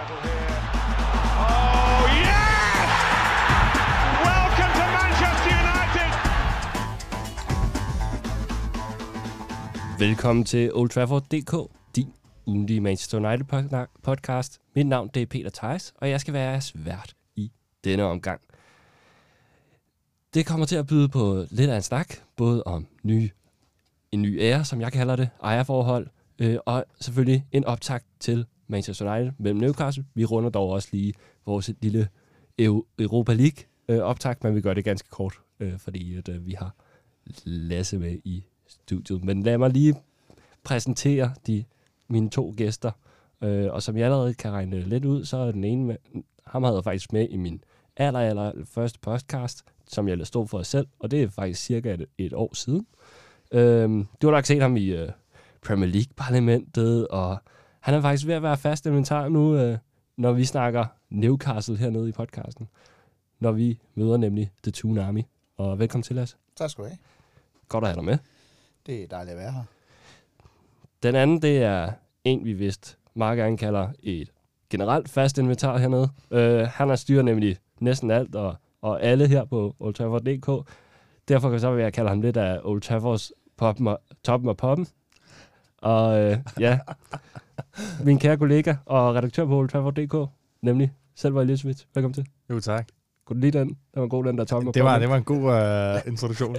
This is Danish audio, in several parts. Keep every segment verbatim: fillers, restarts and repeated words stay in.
treble here. Oh yes! Welcome to Manchester United. Velkommen til Old Trafford punktum d k, din ugentlige Manchester United podcast. Mit navn det er Peter Theis, og jeg skal være jeres vært i denne omgang. Det kommer til at byde på lidt af en snak, både om nye, en ny ære, som jeg kalder det, ejerforhold, øh, og selvfølgelig en optakt til Manchester United mellem Newcastle. Vi runder dog også lige vores lille Europa League øh, optakt, men vi gør det ganske kort, øh, fordi at, øh, vi har Lasse med i studiet. Men lad mig lige præsentere de, mine to gæster, øh, og som jeg allerede kan regne lidt ud, så er den ene, med, ham havde jeg faktisk med i min aller, aller første podcast, som jeg stod for selv, og det er faktisk cirka et, et år siden. Øhm, du har nok set ham i øh, Premier League-parlamentet, og han er faktisk ved at være fast inventar nu, øh, når vi snakker Newcastle hernede i podcasten. Når vi møder nemlig The Tsunami. Og velkommen til, Lasse. Tak skal du have. Godt at have dig med. Det er dejligt at være her. Den anden, det er en, vi vist meget gerne kalder et generelt fast inventar hernede. Øh, han har styret nemlig næsten alt, og, og alle her på Old Trafford punktum d k. Derfor kan så vil jeg kalde ham lidt af Old Traffords poppen og, toppen og poppen. Og øh, ja, min kære kollega og redaktør på Old Trafford punktum d k, nemlig Selvar Elisabeth. Velkommen til. Jo, tak. Kunne du lide den? Den var god, den der toppen og det var, poppen. det var en god uh, introduktion.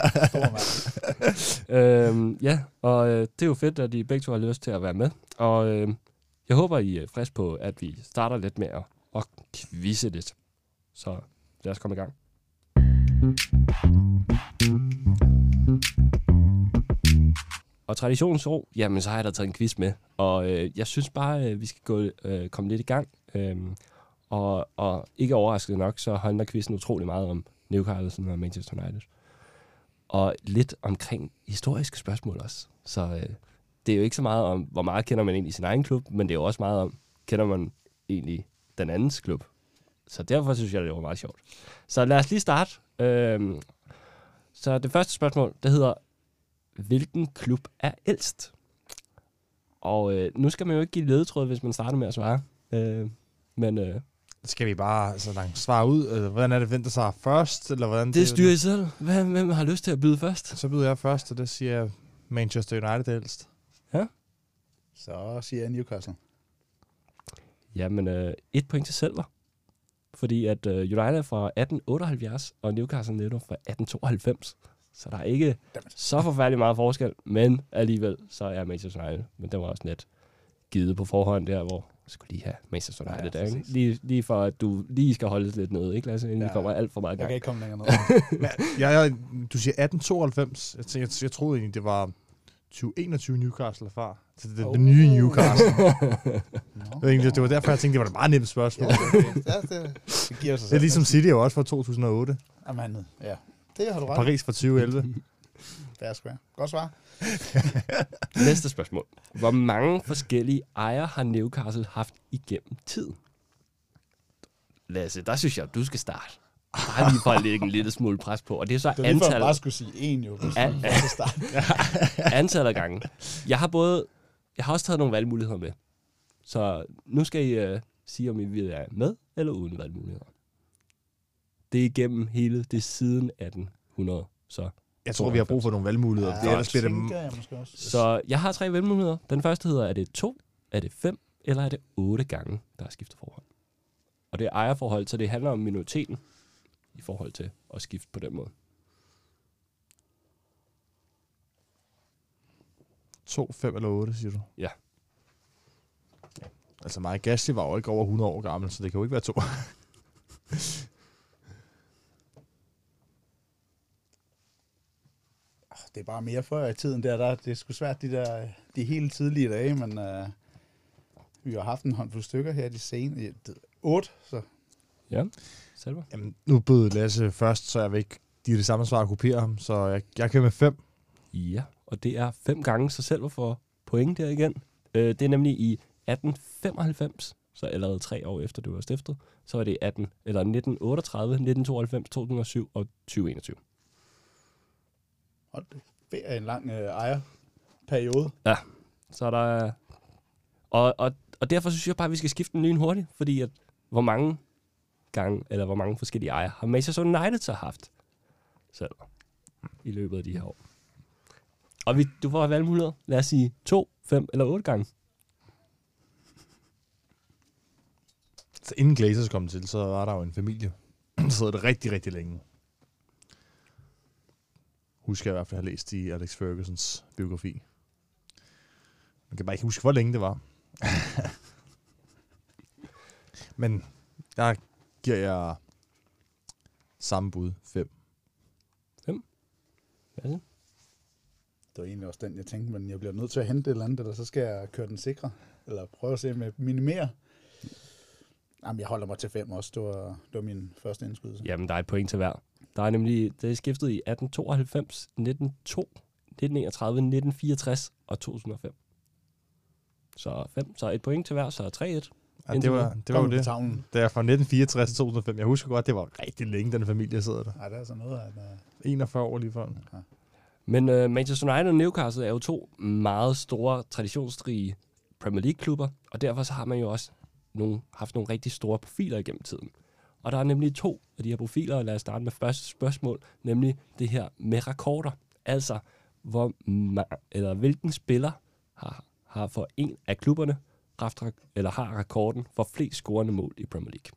øhm, ja, og øh, det er jo fedt, at I begge to har lyst til at være med. Og øh, jeg håber, I er frisk på, at vi starter lidt med at, at quizze lidt. Så lad os komme i gang. Og traditionsro, jamen så har jeg da taget en quiz med. Og øh, jeg synes bare, øh, vi skal gå, øh, komme lidt i gang. Øhm, og, og ikke overraskende nok, så handler quizzen utrolig meget om Newcastle og Manchester United. Og lidt omkring historiske spørgsmål også. Så øh, det er jo ikke så meget om, hvor meget kender man egentlig sin egen klub, men det er jo også meget om, kender man egentlig den andens klub. Så derfor synes jeg, det var meget sjovt. Så lad os lige starte. Øhm, så det første spørgsmål, det hedder, hvilken klub er ældst? Og øh, nu skal man jo ikke give ledetråd, hvis man starter med at svare. Øh, men øh, skal vi bare så langt svare ud? Eller hvordan er det, hvem der svarer først? Eller hvordan det styrer I selv. Hvem, hvem har lyst til at byde først? Så byder jeg først, og det siger jeg Manchester United ældst. Ja. Så siger jeg Newcastle. Jamen, øh, et point til Selvar. Fordi at øh, United er fra atten otteoghalvfjerds, og Newcastle netop fra atten tooghalvfems. Så der er ikke Dammit. så forfærdelig meget forskel, men alligevel så er Manchester United. Men det var også net givet på forhånd der, hvor jeg skulle lige have Manchester United ja, der, ikke? Lige, lige for at du lige skal holde lidt nede, ikke Lasse? Inden ja. vi kommer alt for meget gang. Jeg kan ikke komme længere ned. ja, jeg, du siger atten tooghalvfems. Jeg, jeg, jeg troede egentlig, det var tyve enogtyve Newcastle erfar. Det, det, oh. det nye Newcastle. no. det, det var derfor, jeg tænkte, det var et meget nemt spørgsmål. Ja, det, det, det giver sig selv. Det er ligesom City jo også fra to tusind og otte. Jamen, ja. Det har du ret. Paris fra tyve elleve. Det er sgu ja. Godt svar. Næste spørgsmål. Hvor mange forskellige ejere har Newcastle haft igennem tiden? Lasse, der synes jeg, du skal starte. Bare lige for at lægge en lille smule pres på. Og det er så det er antal... lige for, at bare skulle sige en jo. An- antal af gange. Jeg har både... Jeg har også taget nogle valgmuligheder med. Så nu skal I uh, sige, om I vil være med eller uden valgmuligheder. Det er igennem hele det siden atten hundrede. Så jeg tror, vi har brug for nogle valgmuligheder. Ja, det er ellers bliver det... jeg måske også. Så jeg har tre valgmuligheder. Den første hedder, er det to, er det fem, eller er det otte gange, der er skiftet forhold? Og det er ejerforhold, så det handler om minoriteten i forhold til at skifte på den måde. To, fem eller otte, siger du? Ja. ja. Altså, Mike Gasly var jo ikke over hundrede år gammel, så det kan jo ikke være to. Det er bare mere før i tiden der, der det er sgu svært de der de helt tidlige dage, men uh, vi har haft en håndfuld stykker her de sene otte, så ja. Selva. Jamen, nu bød Lasse først, så jeg vil ikke give det samme svar at kopiere ham, så jeg, jeg kan med fem. Ja, og det er fem gange sig selv for point der igen. Øh, det er nemlig i atten femoghalvfems, så allerede tre år efter det var stiftet, så er det atten eller nitten otteogtredive, nitten tooghalvfems, to tusind og syv og tyve enogtyve. Og det er en lang øh, ejerperiode. Ja, så der er... Og, og, og derfor synes jeg bare, at vi skal skifte den lyn hurtigt, fordi at, hvor mange gange, eller hvor mange forskellige ejere har Manchester United så haft selv i løbet af de her år. Og vi, du får valgmuligheder. Lad os sige to, fem eller otte gange. Så inden Glazers kom til, så var der jo en familie, der sad det rigtig, rigtig længe. Husker jeg i hvert fald, at jeg har læst i Alex Fergusons biografi. Man kan bare ikke huske, hvor længe det var. Men der giver jeg samme bud. Fem. Fem? Hvad er det? Det var egentlig også den, jeg tænkte, men jeg bliver nødt til at hente et eller andet, eller så skal jeg køre den sikre, eller prøve at se med minimere. Jamen, jeg holder mig til fem også. Det var, det var min første indskydelse. Jamen, der er et point til hver. Der er nemlig, det er skiftet i atten tooghalvfems, nitten nul to, nitten enogtredive, nitten fireogtres og to tusind og fem. Så fem, så et point til hver, så tre et. Ja, det var, det var jo det. Tavlen. Det er fra nitten fireogtres til to tusind og fem. Jeg husker godt, det var rigtig længe, den familie sidder der. Nej, det er altså noget af en... enogfyrre år lige før. Ja. Men uh, Manchester United og Newcastle er jo to meget store, traditionsrige Premier League-klubber, og derfor så har man jo også nogle, haft nogle rigtig store profiler igennem tiden. Og der er nemlig to af de her profiler, og lad os starte med første spørgsmål, nemlig det her med rekorder. Altså, hvor ma- eller hvilken spiller har, har for en af klubberne haft, eller har rekorden for flest scorende mål i Premier League.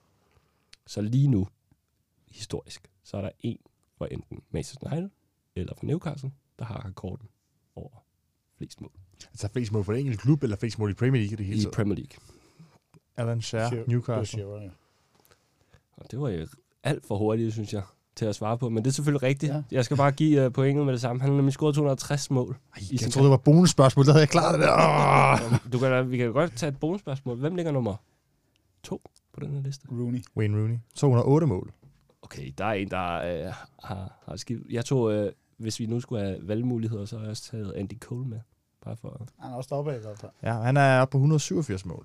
Så lige nu, historisk, så er der en for enten Manchester United eller for Newcastle, der har rekorden over flest mål. Altså flest mål for en enkelt klub, eller flest mål i Premier League i det hele I taget? Premier League. Alan Shearer, Shearer- Newcastle. Shearer, ja. Og det var jo alt for hurtigt, synes jeg, til at svare på. Men det er selvfølgelig rigtigt. Ja. Jeg skal bare give uh, pointet med det samme. Han har nemlig scoret to hundrede og tres mål. Ej, i jeg sin troede, det var bonusspørgsmål. Der havde jeg klaret det der. Oh! Du kan, da- vi kan godt tage et bonusspørgsmål. Hvem ligger nummer to på den her liste? Rooney. Wayne Rooney. to hundrede og otte mål. Okay, der er en, der øh, har, har skidt. Jeg tror, øh, hvis vi nu skulle have valgmuligheder, så har jeg også taget Andy Cole med. Bare for... Han er også deroppe af i hvert fald. Ja, han er oppe på et hundrede og syvogfirs mål.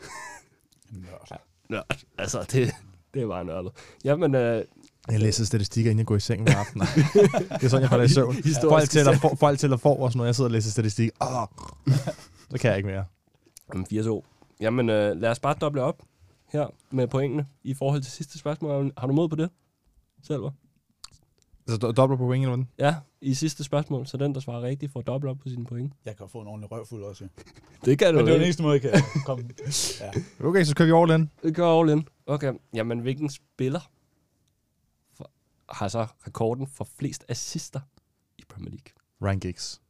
Nørd. Nørd. Altså, det, det er bare nørdet. Jamen, øh, Jeg læser statistikker, inden jeg går i seng hver aften. Det er sådan, jeg falder i søvn. Historisk Folk tæller, for, folk tæller for os, når jeg sidder og læser statistik. Oh, så kan jeg ikke mere. jamen, fire to. Jamen, øh, lad os bare doble op her med pointene i forhold til sidste spørgsmål. Har du mod på det? Selver? Altså do- dobbelt på point, eller hvordan? Ja, i sidste spørgsmål. Så den, der svarer rigtigt, får dobbelt op på sine point. Jeg kan få en ordentlig røvfuld også. Ja. Det kan du Men det er den ikke. eneste måde, jeg kan komme. Ja. Okay, så kører vi all in. Det gør all in. Okay. Jamen, hvilken spiller for, har så rekorden for flest assister i Premier League? Ryan Giggs.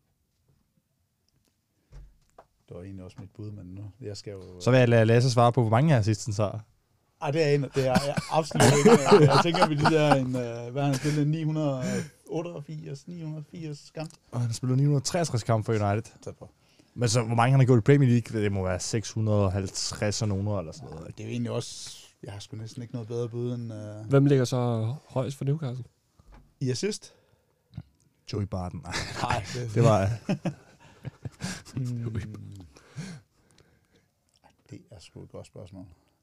Det var egentlig også mit bud, men nu, jeg skal jo... Så vil jeg lade Lasse svare på, hvor mange af assisten så har. Ej, det er, en, det er jeg absolut ikke. Jeg tænker, at vi de der, en, uh, hvad har han spillet, ni hundrede og otteogfirs, ni hundrede og firs kamp. Og han har spillet ni hundrede og treogtres kampe for United. Tæt på. Men så, hvor mange han har gået i Premier League, det må være seks hundrede og halvtreds og nogen eller sådan noget. Det er jo egentlig også... Jeg har sgu næsten ikke noget bedre bud end... Uh, Hvem ligger så højst for Newcastle? I assist? Joey Barton. Nej, Nej, det, det var... hmm. Det er sgu et godt spørgsmål.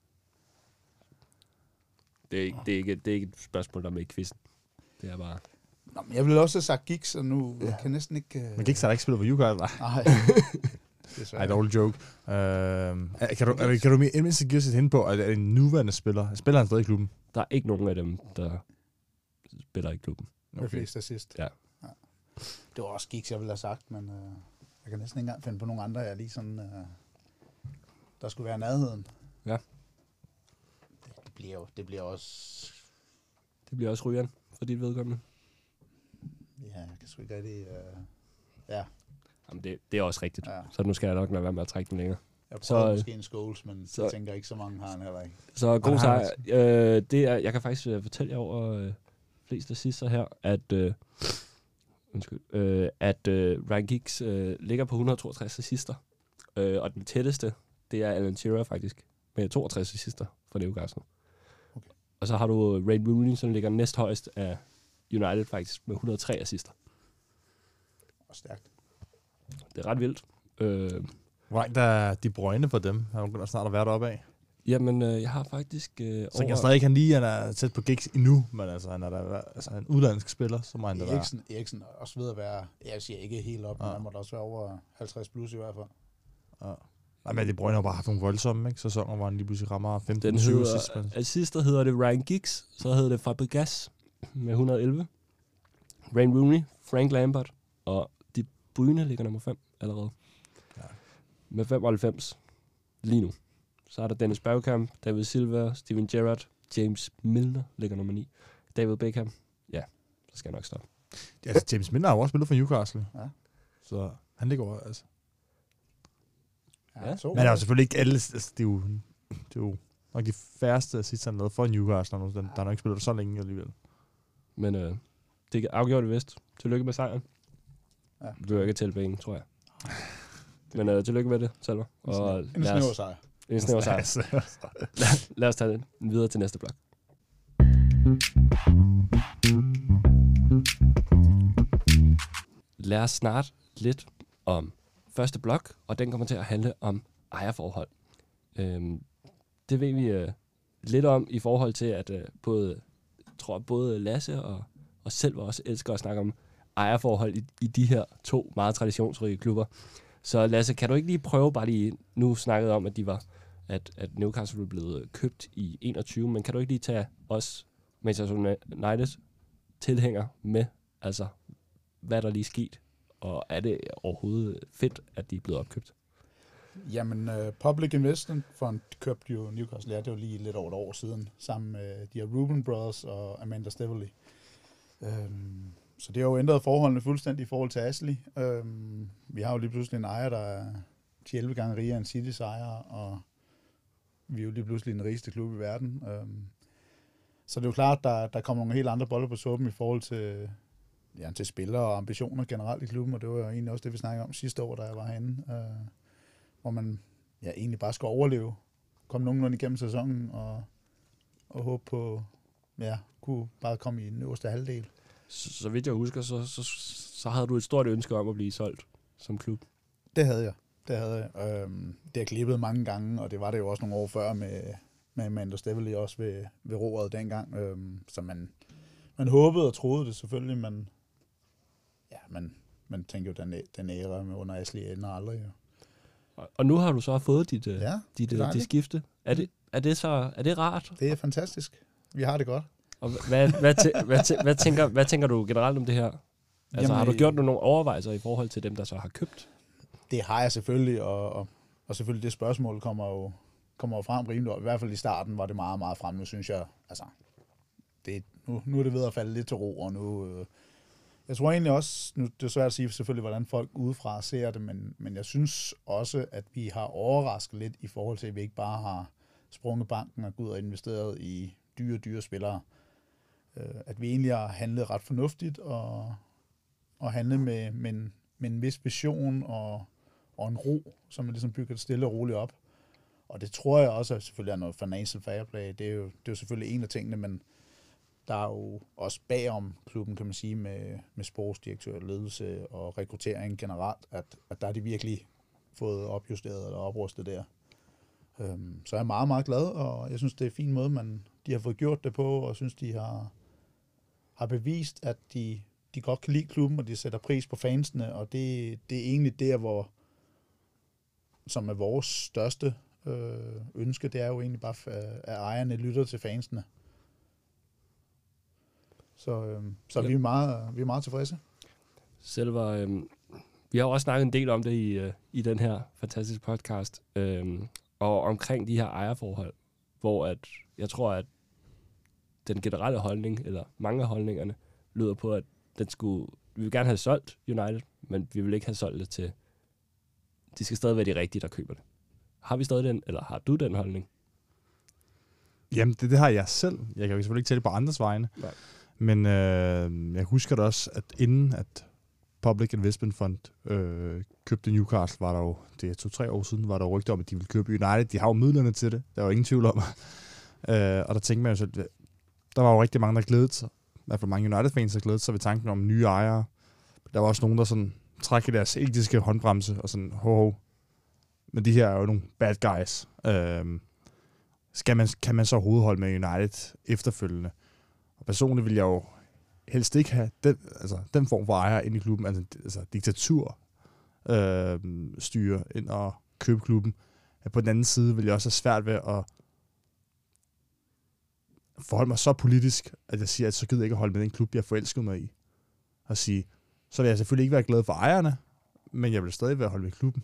Det er ikke, det er ikke, det er ikke et spørgsmål, der er med i quizzen. Det er bare... Nå, men jeg ville også have sagt Giggs, og nu ja. kan jeg næsten ikke... Uh... Men Giggs har da ikke spillet for Newcastle. Nej. Ej, dårlig joke. Uh, kan, du, er, kan du mindst give os et hint på, at er en nuværende spiller? Spiller han stadig i klubben? Der er ikke nogen af dem, der spiller i klubben. Med flest assist. Ja. ja. Det var også Giggs, jeg ville have sagt, men uh, jeg kan næsten ikke engang finde på nogen andre, jeg lige sådan... Uh, der skulle være nærheden. Ja. Det, det, bliver jo, det bliver også... Det bliver også rygeren for dit vedkommende. Ja, jeg kan sgu ikke rigtig... Uh, ja. Jamen, det, det er også rigtigt. ja. Så nu skal jeg nok lade være med at trække den længere. Jeg prøver Så, måske en Scholes, men så- jeg tænker ikke, så mange har han heller ikke. Så god har sejr. Øh, det er, jeg kan faktisk øh, fortælle jer over øh, flest assister her, at, øh, undskyld, øh, at øh, Ryan Giggs øh, ligger på et hundrede og toogtres assister. Øh, og den tætteste, det er Alan Shearer faktisk, med toogtres assister for Newcastle. Okay. Og så har du Wayne Rooney, som ligger næst højst af United faktisk, med et hundrede og tre assister. Og stærkt. Det er ret vildt. Øh, Hvor langt er De Bruyne for dem? Han begynder snart at være deroppe af. jamen, øh, jeg har faktisk øh, Så jeg stadig ikke, han lige han er tæt på Giggs endnu, men altså, han er der, altså, en udlandsk spiller, så må han da være. Eriksen, Eriksen er også ved at være... Jeg siger ikke helt op, men Ja. han må da også være over halvtreds plus i hvert fald. Ja. Nej, men De Bruyne har bare haft nogle voldsomme ikke? sæsoner, hvor han lige pludselig rammer femten Den tyve hedder, sidst. altså sidst hedder det Ryan Giggs, så hedder det Fabregas med et hundrede og elleve. Wayne Rooney, Frank Lampard og De Bruyne ligger nummer fem allerede. Ja. Med femoghalvfems lige nu. Så er der Dennis Bergkamp, David Silva, Steven Gerrard, James Milner ligger nummer ni. David Beckham, ja, så skal jeg nok stoppe. Ja, altså, James Milner har jo også spillet for Newcastle. Ja. Så han ligger over, altså. Ja, Ja. så Men der er jo selvfølgelig ikke alle, altså, det er jo, det er jo nok de færreste sidst han lavede for Newcastle, der, der har nok ikke spillet så længe alligevel. Men øh, det er afgjort i vest. Tillykke med sejren. Ja. Du behøver ikke tælle penge, tror jeg. Men øh, tillykke med det, Salva. Og en lad snæver os, sejr. en snæver sejr. lad, lad os tage den videre til næste blok. Lad os snart lidt om første blok, og den kommer til at handle om ejerforhold. Øhm, det ved vi øh, lidt om i forhold til, at øh, både, tror jeg, både Lasse og, og selv også elsker at snakke om ejerforhold i, i de her to meget traditionsrige klubber. Så Lasse, kan du ikke lige prøve bare lige, nu snakkede om, at de var, at, at Newcastle blev blevet købt i enogtyve, men kan du ikke lige tage os, Manchester United tilhænger med, altså hvad der lige sket, og er det overhovedet fedt, at de er blevet opkøbt? Jamen, uh, Public Investment Fund købte jo Newcastle, ja, det var lige lidt over et år siden, sammen med de her Reuben Brothers og Amanda Staveley. Um, så det har jo ændret forholdene fuldstændig i forhold til Ashley. Um, vi har jo lige pludselig en ejer, der er ti elleve gange rigere end Citys ejer, og vi er jo lige pludselig den rigeste klub i verden. Um, så det er jo klart, der, der kommer nogle helt andre boller på suppen i forhold til, ja, til spillere og ambitioner generelt i klubben, og det var jo egentlig også det, vi snakkede om sidste år, da jeg var herinde. Uh, hvor man ja, egentlig bare skal overleve, komme nogenlunde igennem sæsonen, og, og håbe på, ja, kunne bare komme i den øverste halvdel. Så, så vidt jeg husker, så, så, så havde du et stort ønske om at blive solgt som klub. Det havde jeg. Det havde jeg. Øhm, det har klippet mange gange, og det var det jo også nogle år før med, med Amanda Staveley også ved, ved roret dengang. Øhm, så man, man håbede og troede det selvfølgelig, men ja, man, man tænker jo, den, den æra med under Ashley ender aldrig jo. Og nu har du så fået dit, ja, dit, dit skifte. Er det, er, det så, er det rart? Det er fantastisk. Vi har det godt. Og hvad, hvad, tæ, hvad, tæ, hvad, tænker, hvad tænker du generelt om det her? Altså, Jamen, har du gjort nogle overvejelser i forhold til dem, der så har købt? Det har jeg selvfølgelig, og, og, og selvfølgelig det spørgsmål kommer jo, kommer jo frem rimelig. I hvert fald i starten var det meget, meget frem. Nu synes jeg, altså, det, nu, nu er det ved at falde lidt til ro, og nu... Øh, jeg tror egentlig også, nu det er svært at sige selvfølgelig, hvordan folk udefra ser det, men, men jeg synes også, at vi har overrasket lidt i forhold til, at vi ikke bare har sprunget banken og gået og investeret i dyre, dyre spillere. At vi egentlig har handlet ret fornuftigt og, og handlet med, med, en, med en vis vision og, og en ro, som man ligesom bygger det stille og roligt op. Og det tror jeg også, at selvfølgelig er noget financial fair play. Det er jo, det er jo selvfølgelig en af tingene, men der er jo også bagom klubben, kan man sige, med, med sportsdirektør, ledelse og rekruttering generelt, at, at der er de virkelig fået opjusteret eller oprustet der. Øhm, så jeg er meget, meget glad, og jeg synes, det er en fin måde, man, de har fået gjort det på, og jeg synes, de har, har bevist, at de, de godt kan lide klubben, og de sætter pris på fansene, og det, det er egentlig der, hvor, som er vores største øh, ønske, det er jo egentlig bare, at ejerne lytter til fansene. Så, øh, så ja. vi, er meget, vi er meget tilfredse. Selver, øh, vi har også snakket en del om det i, øh, i den her fantastiske podcast, øh, og omkring de her ejerforhold, hvor at, jeg tror, at den generelle holdning, eller mange af holdningerne, lyder på, at den skulle, vi vil gerne have solgt United, men vi vil ikke have solgt det til, de skal stadig være de rigtige, der køber det. Har vi stadig den, eller har du den holdning? Jamen, det, det har jeg selv. Jeg kan jo selvfølgelig ikke tælle på andres vegne. Nej. Men øh, jeg husker da også, at inden at Public Investment Fund øh, købte Newcastle, var der jo, det er to-tre år siden, var der jo rygter om, at de ville købe United. De har jo midlerne til det. Der er jo ingen tvivl om. øh, og der tænkte man jo selv, der var jo rigtig mange, der glædede sig. I hvert fald mange United-fans, der glædede sig ved tanken om nye ejere. Der var også nogen, der sådan trækker deres etiske håndbremse og sådan, ho, ho. Men de her er jo nogle bad guys. Øh, skal man, kan man så hovedholde med United efterfølgende? Og personligt vil jeg jo helst ikke have den, altså, den form for ejer ind i klubben, altså, altså diktatur, øh, styre ind og købe klubben. at på den anden side vil jeg også have svært ved at forholde mig så politisk, at jeg siger, at så gider jeg ikke at holde med den klub, jeg forelskede mig i. Og sige, så vil jeg selvfølgelig ikke være glad for ejerne, men jeg vil stadig være holde med klubben.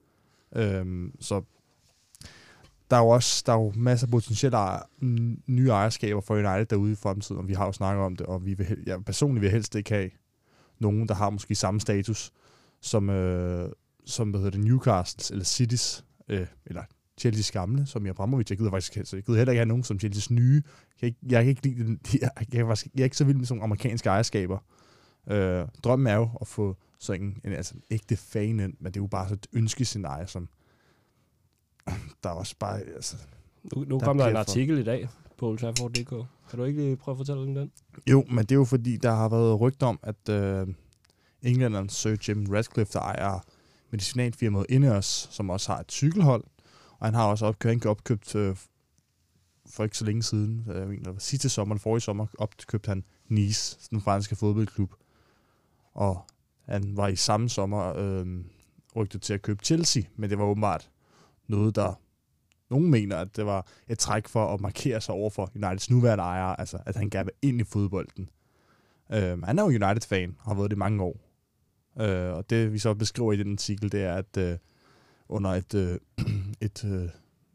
Øhm, så der er jo også der er jo masser af potentielle ejer, nye ejerskaber for United derude i fremtiden, og vi har jo snakket om det, og vi vil, jeg personligt vil helst ikke have nogen, der har måske samme status som, øh, som hvad hedder det, Newcastle eller Citys, øh, eller Chelsea's gamle, som jeg Abramovich. Jeg gider faktisk jeg gider heller ikke have nogen som Chelsea's nye. Jeg kan ikke, jeg kan ikke lide den, jeg, jeg, faktisk, jeg er ikke så vild med sådan amerikanske ejerskaber. Øh, drømmen er jo at få sådan en, en altså, ægte fan ind, men det er jo bare så et ønskescenarie, som der er også bare... Altså, nu nu der kom der en artikel for. i dag på Old Trafford punktum d k. Kan du ikke lige prøve at fortælle om den? Jo, men det er jo fordi, der har været rygter om, at øh, englænderen Sir Jim Ratcliffe, der ejer medicinalfirmaet Ineos, som også har et cykelhold, og han har også opkøbt, opkøbt øh, for ikke så længe siden, jeg mener, sidste sommer, eller forrige sommer, opkøbte han Nice, den franske fodboldklub. Og han var i samme sommer øh, rygtet til at købe Chelsea, men det var åbenbart noget, der nogen mener, at det var et træk for at markere sig over for Uniteds nuværende ejere, altså at han gerne vil ind i fodbolden. Øh, han er jo United-fan, og har været det i mange år. Øh, og det, vi så beskriver i den artikel, det er, at øh, under et, øh, et, øh,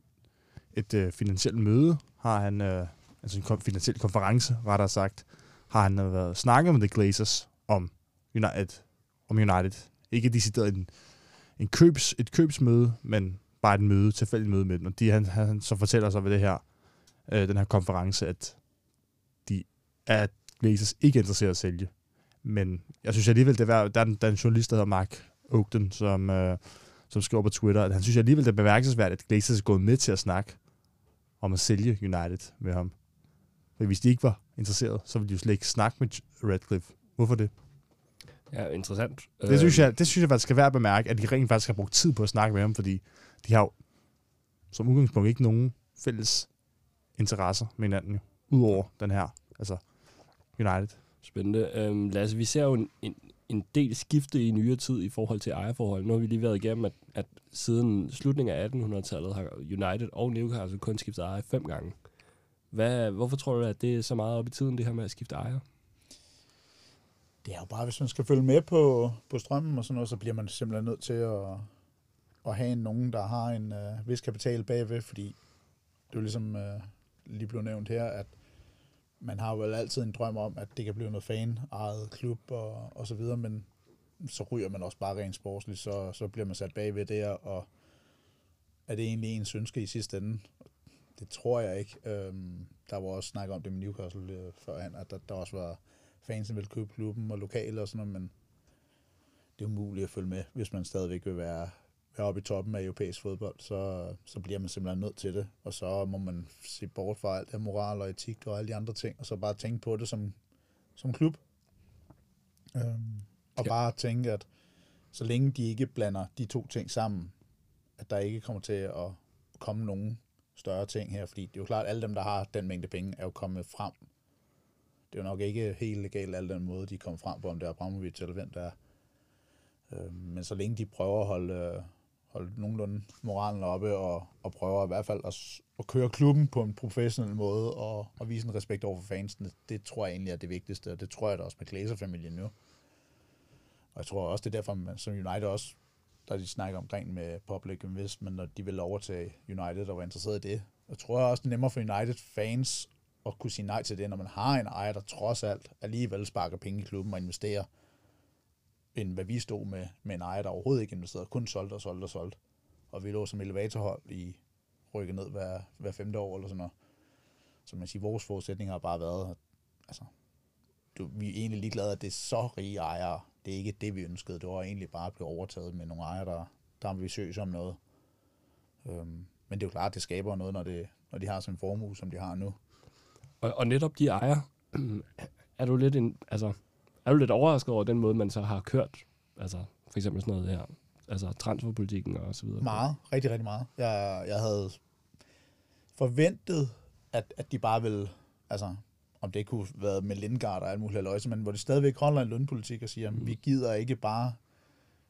et øh, finansielt møde har han, øh, altså en finansiel konference, rettere sagt, har han øh, været snakket med The Glazers om United. Om United. Ikke decideret en, en købs, et købsmøde, men bare et møde, tilfældigt møde med dem. Og de, han, han så fortæller sig ved det her, øh, den her konference, at de er Glazers ikke interesseret at sælge. Men jeg synes alligevel, det er, der, er en, der er en journalist, der hedder Mark Ogden, som, øh, som skriver på Twitter, at han synes alligevel, det er bemærkelsesværdigt, at Glazers er gået med til at snakke om at sælge United med ham. For hvis de ikke var interesseret, så ville de jo slet ikke snakke med Ratcliffe. Hvorfor det? Ja, interessant. Det synes jeg, det synes jeg faktisk skal være at bemærke, at de rent faktisk har brugt tid på at snakke med ham, fordi de har jo som udgangspunkt ikke nogen fælles interesser med hinanden, udover den her, altså United. Spændende. Øhm, Lasse, vi ser jo en, en, en del skifte i nyere tid i forhold til ejerforhold. Nu har vi lige været igennem, at, at siden slutningen af attenhundredetallet har United og Newcastle kun skiftet ejer fem gange. Hvad, hvorfor tror du, at det er så meget op i tiden, det her med at skifte ejer? Det er jo bare, hvis man skal følge med på, på strømmen og sådan noget, så bliver man simpelthen nødt til at, at have nogen, der har en uh, vis kapital bagved, fordi det er jo ligesom uh, lige blevet nævnt her, at man har jo altid en drøm om, at det kan blive noget fan-ejet klub og, og så videre, men så ryger man også bare rent sportsligt, så, så bliver man sat bagved der, og er det egentlig ens ønske i sidste ende? Det tror jeg ikke. Øhm, der var også snak om det med Newcastle øh, førhen, at der, der også var fans, der ville købe klubben og lokale og sådan noget, men det er umuligt at følge med, hvis man stadigvæk vil være, være oppe i toppen af europæisk fodbold, så, så bliver man simpelthen nødt til det, og så må man se bort fra alt det moral og etik og alle de andre ting, og så bare tænke på det som, som klub. Øhm, og ja. Bare tænke, at så længe de ikke blander de to ting sammen, at der ikke kommer til at komme nogen større ting her, fordi det er jo klart, at alle dem, der har den mængde penge, er jo kommet frem. Det er jo nok ikke helt legalt, al den måde, de kommer frem på, om det er Abramovich eller hvem der er. Øh, men så længe de prøver at holde, holde nogenlunde moralen oppe, og, og prøver i hvert fald at, at køre klubben på en professionel måde, og, og vise en respekt over for fansene, det tror jeg egentlig er det vigtigste, og det tror jeg da også med Glazer-familien nu. Og jeg tror også, det er derfor, man, som United også, der de snakker omkring med public investment, når de vil overtage United og var interesseret i det. Jeg tror også, det er nemmere for United-fans at kunne sige nej til det, når man har en ejer, der trods alt alligevel sparker penge i klubben og investerer, end hvad vi stod med, med en ejer, der overhovedet ikke investerede, kun solgt og solgt og solgt. Og vi lå som elevatorhold i rykket ned hver, hver femte år eller sådan noget. Så man siger, vores forudsætninger har bare været, at altså, du, vi er egentlig ligeglade, at det er så rige ejere. Det er ikke det, vi ønskede. Det var egentlig bare at blive overtaget med nogle ejere, der, der er ambitiøse om noget. Øhm, men det er jo klart, at det skaber noget, når, det, når de har sådan en formue, som de har nu. Og, og netop de ejere, er du lidt en, altså, er du lidt overrasket over den måde, man så har kørt, altså for eksempel sådan noget her, altså transferpolitikken og så videre? Meget, rigtig, rigtig meget. Jeg, jeg havde forventet, at, at de bare ville, altså om det kunne være med Lingard og alt muligt løjse, men hvor de stadigvæk holder en lønpolitik og siger, mm. vi gider ikke bare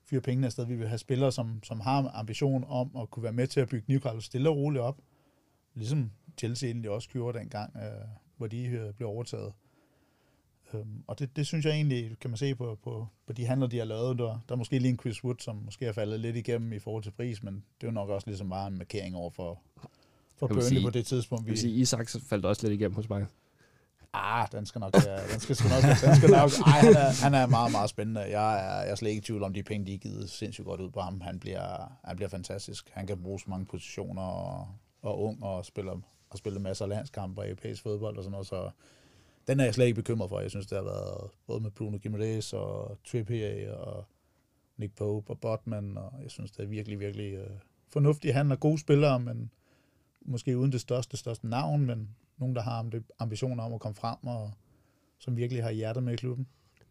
fyre pengene afsted. Vi vil have spillere, som, som har ambition om at kunne være med til at bygge Newcastle stille og roligt op. Ligesom Chelsea egentlig også gjorde dengang, øh, hvor de øh, blev overtaget. Um, og det, det synes jeg egentlig, kan man se på, på, på de handler, de har lavet. Der, der er måske lige en Chris Wood, som måske har faldet lidt igennem i forhold til pris, men det er jo nok også ligesom bare en markering over for, for Burnley på det tidspunkt. Vi vil sige, Isak faldt også lidt igennem hos mig. Ah, den skal nok, ja, den skal, skal nok, den skal nok, ej, han er, han er meget, meget spændende. Jeg er, jeg er slet ikke i tvivl om, de penge, de er givet sindssygt godt ud på ham. Han bliver, han bliver fantastisk. Han kan bruges mange positioner og, og ung og spiller, og spiller masser af landskampe og europæisk fodbold og sådan noget, så den er jeg slet ikke bekymret for. Jeg synes, det har været både med Bruno Guimaraes og Trippier og Nick Pope og Botman, og jeg synes, det er virkelig, virkelig uh, fornuftigt. Han er gode spillere, men måske uden det største, største navn, men nogen, der har ambitioner om at komme frem, og som virkelig har hjertet med i klubben.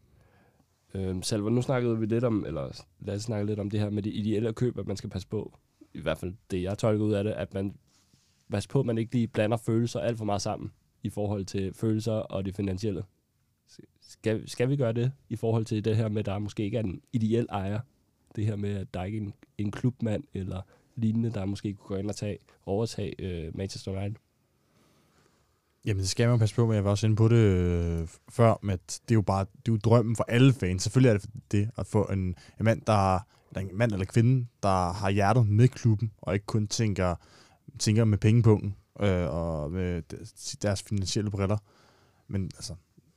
Øhm, Salva, nu snakkede vi lidt om, eller lad os snakke lidt om det her med det ideelle køb, at man skal passe på, i hvert fald det, jeg tolker ud af det, at man passer på, at man ikke lige blander følelser alt for meget sammen i forhold til følelser og det finansielle. Skal, skal vi gøre det i forhold til det her med, at der måske ikke er en ideel ejer? Det her med, at der ikke er en, en klubmand eller lignende, der måske kunne gå ind og tage, overtage øh, Manchester United? Jamen, det skal man passe på med. Jeg var også inde på det øh, før, men det er jo bare det er jo drømmen for alle fans. Selvfølgelig er det det at få en, en mand, der en mand eller kvinde, der har hjertet med klubben, og ikke kun tænker, tænker med pengepunkten øh, og med deres finansielle briller. Men altså,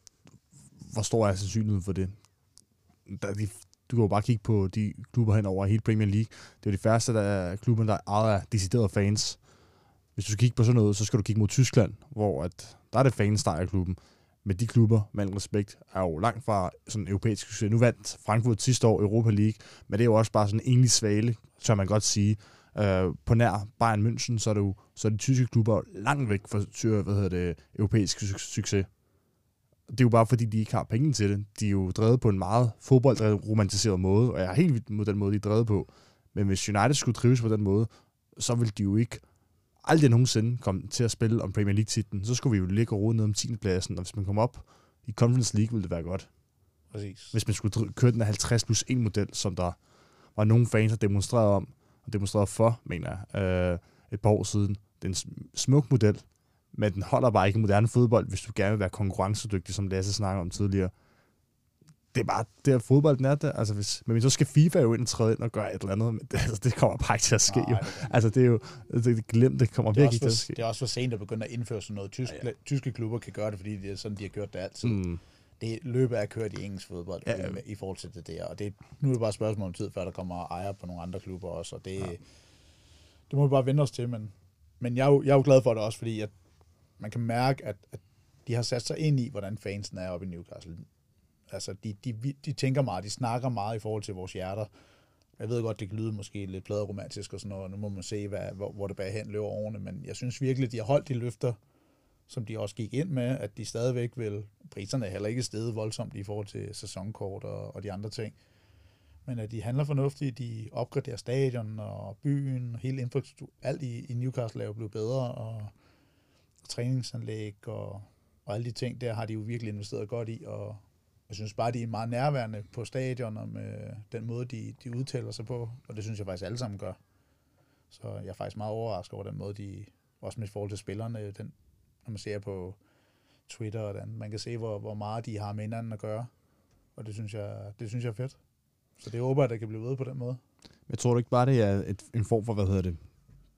hvor stor er sandsynligheden for det? Der, de, du kan jo bare kigge på de klubber hen over hele Premier League. Det er jo de færreste der er klubben, der ejer af deciderede fans. Hvis du skal kigge på sådan noget, så skal du kigge mod Tyskland, hvor at der er det fans, der er klubben. Men de klubber, med al respekt, er jo langt fra sådan en europæisk succes. Nu vandt Frankfurt sidste år Europa League, men det er jo også bare sådan en enlig svale, tør man godt sige. Uh, på nær Bayern München, så er, det jo, så er de tyske klubber langt væk fra hvad hedder det, europæisk succes. Det er jo bare fordi, de ikke har penge til det. De er jo drevet på en meget fodboldromantiseret måde, og jeg er helt vildt mod den måde, de er drevet på. Men hvis United skulle trives på den måde, så ville de jo ikke aldrig nogensinde komme til at spille om Premier League-titlen. Så skulle vi jo ligge og rode ned om tiende pladsen, og hvis man kom op i Conference League, ville det være godt. Præcis. Hvis man skulle køre den halvtreds plus en model, som der var nogle fans, der demonstrerede om, og demonstrerede for, mener jeg, øh, et par år siden. Det er en smuk model, men den holder bare ikke i moderne fodbold, hvis du gerne vil være konkurrencedygtig, som Lasse snakker om tidligere. Det er bare det, fodbolden er det. Altså, hvis, men så skal FIFA jo ind og træde ind og gøre et eller andet, men det, altså, det kommer bare ikke til at ske. Nej, det altså, det er jo det, glemt, det kommer det virkelig for, til at ske. Det er også for sent at begynde at indføre sådan noget. Tysk, ja, ja. Tyske klubber kan gøre det, fordi det er sådan, de har gjort det altid. Mm. Det løbet er kørt i engelsk fodbold ja, ja. i forhold til det der. Og det, nu er det bare et spørgsmål om tid, før der kommer ejer på nogle andre klubber også. Og det, ja. det må vi bare vende os til. Men, men jeg, er jo, jeg er jo glad for det også, fordi at man kan mærke, at, at de har sat sig ind i, hvordan fansen er oppe i Newcastle. Altså, de, de, de tænker meget, de snakker meget i forhold til vores hjerter. Jeg ved godt, det kan lyde måske lidt pladeromantisk og sådan noget, og nu må man se, hvad, hvor, hvor det baghen løber årene, men jeg synes virkelig, de har holdt de løfter, som de også gik ind med, at de stadigvæk vil, priserne er heller ikke steget voldsomt i forhold til sæsonkort og, og de andre ting, men at de handler fornuftigt, de opgraderer stadion og byen, og hele infrastruktur, alt i, i Newcastle er jo blevet bedre, og, og træningsanlæg og, og alle de ting, der har de jo virkelig investeret godt i, og jeg synes bare, de er meget nærværende på stadioner med den måde, de, de udtaler sig på, og det synes jeg faktisk alle sammen gør. Så jeg er faktisk meget overrasket over den måde, de, også med forhold til spillerne, den, når man ser på Twitter og den, man kan se, hvor, hvor meget de har med hinanden at gøre, og det synes jeg, det synes jeg er fedt. Så det håber jeg, at det kan blive ved på den måde. Jeg tror du ikke bare, det er et, en form for, hvad hedder det,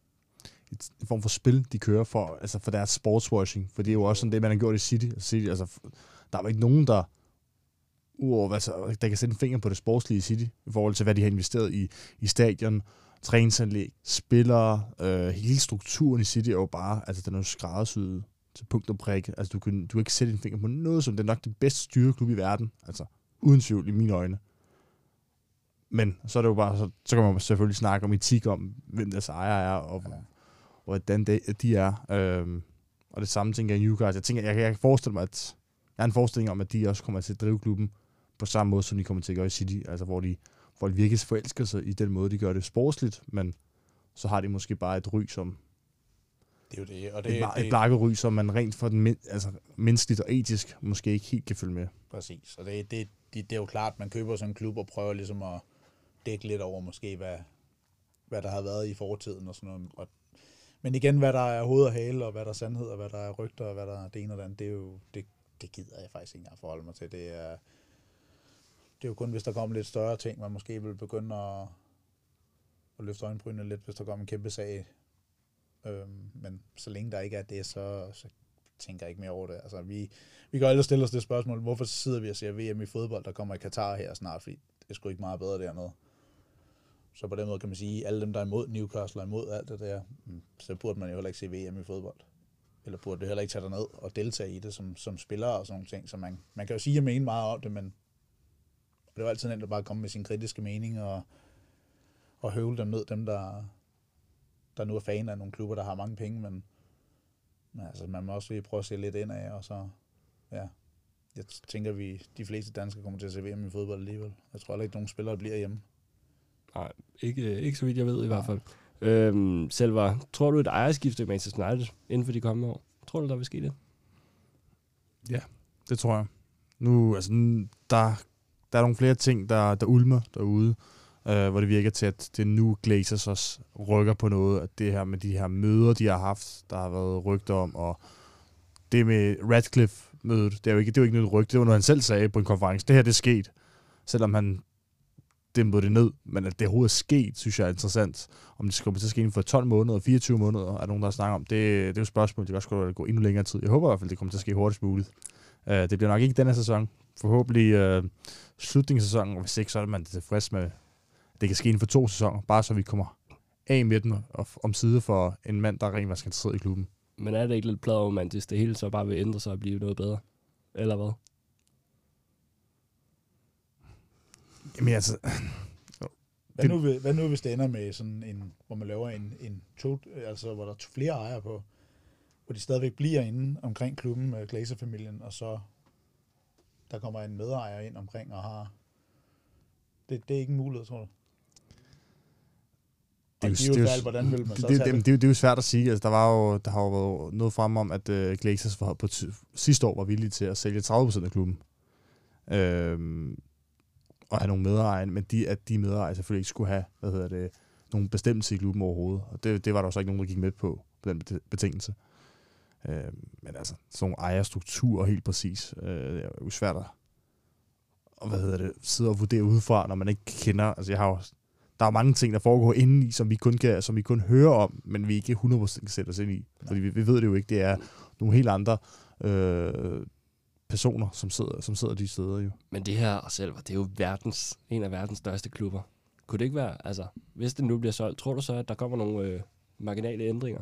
et, en form for spil, de kører for, altså for deres sportswashing, for det er jo også sådan det, man har gjort i City. City altså, der er jo ikke nogen, der uover, altså, der kan sætte en finger på det sportslige i City, i forhold til, hvad de har investeret i, i stadion, træningsanlæg, spillere, øh, hele strukturen i City er jo bare, altså den er jo skræddersyet til punkt og prik. Altså du kan, du kan ikke sætte en finger på noget, som det er nok den bedste styreklub i verden, altså uden tvivl i mine øjne. Men så er det jo bare, så, så kan man selvfølgelig snakke om etik, om hvem deres ejer er, og, ja. og hvordan de, de er. Øhm, og det samme tænker jeg i Newcastle. Jeg tænker, jeg, jeg kan forestille mig, at jeg har en forestilling om, at de også kommer til at drive klubben på samme måde, som de kommer til at gøre i City, altså hvor de, hvor de virkelig forelsker sig i den måde, de gør det sportsligt, men så har de måske bare et ry, som det er jo det, og det, et, det, et lakket ry, som man rent for den altså, menneskeligt og etisk måske ikke helt kan følge med. Præcis, og det, det, det, det er jo klart, man køber sådan en klub og prøver ligesom at dække lidt over måske, hvad, hvad der har været i fortiden og sådan noget. Og, men igen, hvad der er hoved og hale, og hvad der er sandhed, og hvad der er rygter, og hvad der er det ene og det andet, det er jo, det, det gider jeg faktisk ikke engang forholde mig til. Det er, det er jo kun, hvis der kommer lidt større ting, man måske vil begynde at, at løfte øjenbrynene lidt, hvis der kommer en kæmpe sag. Øhm, men så længe der ikke er det, så, så tænker jeg ikke mere over det. Altså, vi, vi kan jo alle stille os det spørgsmål, hvorfor sidder vi og ser V M i fodbold, der kommer i Katar her snart, fordi det er sgu ikke meget bedre dernede. Så på den måde kan man sige, at alle dem, der er imod Newcastle og imod alt det der, så burde man jo heller ikke se V M i fodbold. Eller burde det heller ikke tage derned og deltage i det som, som spiller og sådan nogle ting. Så man, man kan jo sige, at jeg mener meget om det, men det er jo altid nemt at bare komme med sin kritiske mening og, og høvle dem ned, dem der, der nu er fan af nogle klubber, der har mange penge, men, men altså, man må også lige prøve at se lidt ind af, og så, ja, jeg tænker, vi de fleste danskere kommer til at se V M i fodbold alligevel. Jeg tror heller ikke, nogen spillere bliver hjemme. Nej, ikke, ikke så vidt jeg ved i hvert fald. Øhm, Selvar, tror du et ejerskifte i Manchester United inden for de kommende år? Tror du, der vil ske det? Ja, det tror jeg. Nu, altså, der, der er nogle flere ting, der, der ulmer derude, øh, hvor det virker til, at det nu Glazers også rykker på noget, at det her med de her møder, de har haft, der har været rygter om, og det med Radcliffe-mødet, det er jo ikke, det er jo ikke noget rygte, det var noget, han selv sagde på en konference. Det her, det er sket, selvom han dæmpede det ned, men at det overhovedet er sket, synes jeg er interessant. Om det skal komme til at ske inden for tolv måneder, fireogtyve måneder, er nogen, der snakker om. Det, det er jo et spørgsmål, det kan også gå endnu længere tid. Jeg håber i hvert fald, det kommer til at ske hurtigst muligt. Uh, det bliver nok ikke denne sæson. Forhåbentlig uh, slutningssæsonen, og hvis ikke, så er man tilfreds med, at det kan ske inden for to sæsoner, bare så vi kommer af med den og om side for en mand, der rent faktisk interesseret i klubben. Men er det ikke lidt pladeromantisk, det hele så bare vil ændre sig og blive noget bedre? Eller hvad? Jamen altså... Hvad nu, hvad nu hvis det ender med sådan en, hvor man laver en, en to, altså hvor der er flere ejere på, hvor de stadigvæk bliver inde omkring klubben med Glazer-familien, og så der kommer en medejer ind omkring og har... Det, det er ikke en mulighed, tror du? Det er jo, det er jo færdigt, hvordan vil man det, så det, tage det, det, det er jo svært at sige. Altså, der, var jo, der har jo været noget frem om, at uh, Glazers var på t- sidste år var villige til at sælge tredive procent af klubben. Øhm, og have nogle medejere, men de, at de medejere selvfølgelig ikke skulle have, hvad hedder det, nogle bestemmelse i klubben overhovedet. Og det, det var der så ikke nogen, der gik med på, på den betingelse. Øhm, men altså, sådan nogle ejerstrukturer helt præcis, øh, det er jo svært at og, hvad hedder det, sidde og vurdere udefra, når man ikke kender. Altså, jeg har jo, der er mange ting, der foregår inde i, som vi kun kan, som vi kun hører om, men vi ikke hundrede procent kan sætte os ind i. Nej. Fordi vi, vi ved det jo ikke. Det er nogle helt andre øh, personer, som sidder, som sidder de steder jo. Men det her selv, det er jo verdens, en af verdens største klubber. Kunne det ikke være, altså, hvis det nu bliver solgt, tror du så, at der kommer nogle øh, marginale ændringer?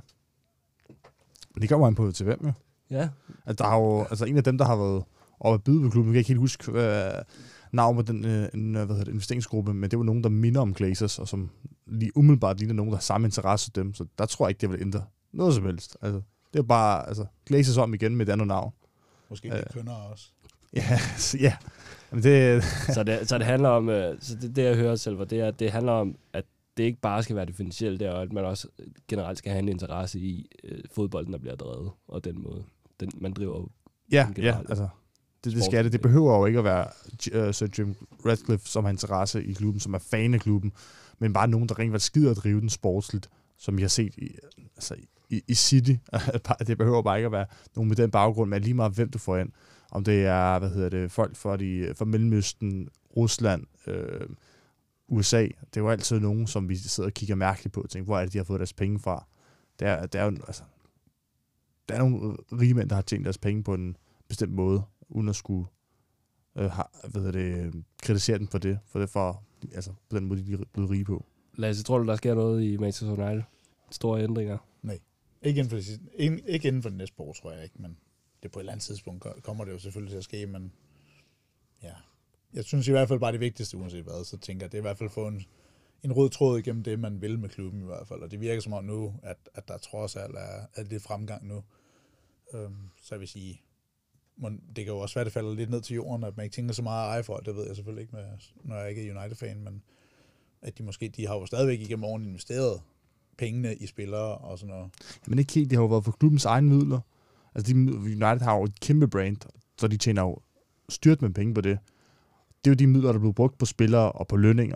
Det kommer an på til hvem, jo. Ja. Altså, der er jo, altså en af dem, der har været oppe at byde på klubben, jeg kan ikke helt huske øh, navn på den øh, en, hvad hedder det, investeringsgruppe, men det var nogen, der minder om Glazers, og som lige umiddelbart ligner nogen, der har samme interesse som dem, så der tror jeg ikke, det vil ændre noget som helst. Altså, det er bare, altså, Glazers om igen med et andet navn. Måske lidt kønnere også. Ja, ja. Men det, så, det, så det handler om, øh, så det, det jeg hører selv, det er, at det handler om, at det ikke bare skal være det finansielle der, og at man også generelt skal have en interesse i øh, fodbolden, der bliver drevet, og den måde, den, man driver jo. Ja, ja, altså, det, det skal det. Det behøver jo ikke at være uh, Sir Jim Ratcliffe, som har interesse i klubben, som er fan af klubben, men bare nogen, der rent faktisk skider at drive den sportsligt, som vi har set i, altså, i, i City. Det behøver bare ikke at være nogen med den baggrund, men lige meget hvem du får ind. Om det er, hvad hedder det, folk fra, de, fra Mellemøsten, Rusland, øh, U S A. Det er jo altid nogen, som vi sidder og kigger mærkeligt på og tænker, hvor er det, de har fået deres penge fra? Det er, det er jo, altså, der er nogle rige mænd, der har tjent deres penge på en bestemt måde, uden at skulle øh, have, hvad hedder det, kritisere dem for det, for det for, altså, på den måde, de er blevet rige på. Lasse, tror du, der sker noget i Manchester United? Store ændringer? Nej. Ikke inden for, ikke, ikke inden for den næste år, tror jeg ikke, men det på et eller andet tidspunkt kommer det jo selvfølgelig til at ske, men ja. Jeg synes i hvert fald bare det vigtigste, uanset hvad, så tænker jeg, det er i hvert fald at få en, en rød tråd igennem det, man vil med klubben i hvert fald, og det virker som om nu, at, at der trods alt er, er lidt fremgang nu. Øhm, så jeg vil sige, man, det kan jo også være, at det falder lidt ned til jorden, at man ikke tænker så meget at eje folk, det ved jeg selvfølgelig ikke, med, når jeg ikke er United-fan, men at de måske, de har jo stadigvæk igennem årene investeret pengene i spillere og sådan noget. Men ikke helt, det har jo været for klubbens egne midler. Altså, de, United har jo et kæmpe brand, så de tjener jo styrt med penge på det. Det er jo de midler, der er blevet brugt på spillere og på lønninger,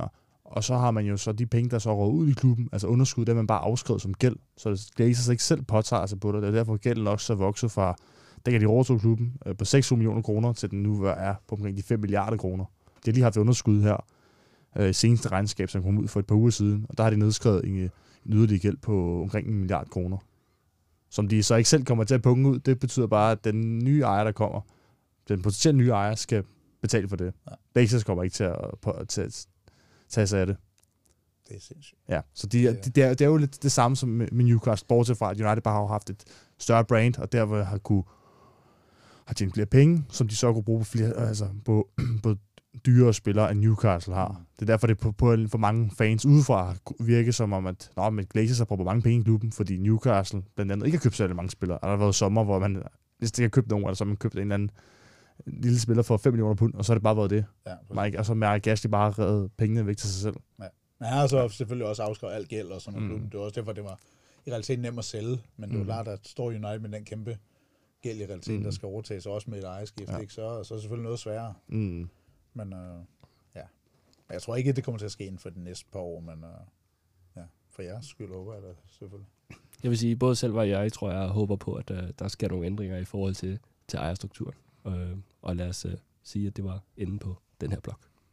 Og så har man jo så de penge, der så går ud i klubben, altså underskud, der man bare afskrevet som gæld. Så Glazers ikke selv påtager sig på det. Det er derfor, gælden også så vokset fra, der kan de overtog klubben øh, på seks hundrede millioner kroner, til den nu er på omkring de fem milliarder kroner. De har lige haft et underskud her, øh, seneste regnskab, som kom ud for et par uger siden, og der har de nedskrevet en, en yderligere gæld på omkring en milliard kroner. Som de så ikke selv kommer til at punge ud. Det betyder bare, at den nye ejer, der kommer, den potentielle nye ejer, skal betale for det. Ja. Glazers kommer ikke til at, på, til at tage sig af det. Det er sindssygt. Ja, så de, de, de, det, er, det er jo lidt det samme som med Newcastle, bortset fra, at United bare har haft et større brand, og derved har kunne har tjent flere penge, som de så kunne bruge på, flere, altså på, på dyrere spillere, end Newcastle har. Mm. Det er derfor, det på, på for mange fans udefra virker som om, at nå, men Glazers har brugt mange penge i klubben, fordi Newcastle blandt andet ikke har købt særlig mange spillere. Der har været sommer, hvor man hvis ikke har købt nogen, eller så har man købt en eller anden lille spiller for fem millioner pund, og så har det bare været det. Ja, Mike, og så Mike Ashley bare har reddet pengene væk til sig selv. Ja. Men han har så selvfølgelig også afskrevet alt gæld og sådan noget. Mm. Det var også derfor, det var i realiteten nemt at sælge, men det var mm. klart, at står United med den kæmpe gæld i realiteten, mm. der skal overtages også med et ejerskift, ja. Ikke? Så, så er det selvfølgelig noget sværere. Mm. Men øh, ja, jeg tror ikke, at det kommer til at ske inden for de næste par år, men øh, ja, for jeres skyld håber jeg det selvfølgelig. Jeg vil sige, både selv og jeg, tror jeg, håber på, at uh, der sker nogle ændringer i forhold til, til ejerstrukturen. Uh, og lad os uh, sige, at det var inde på den her blog.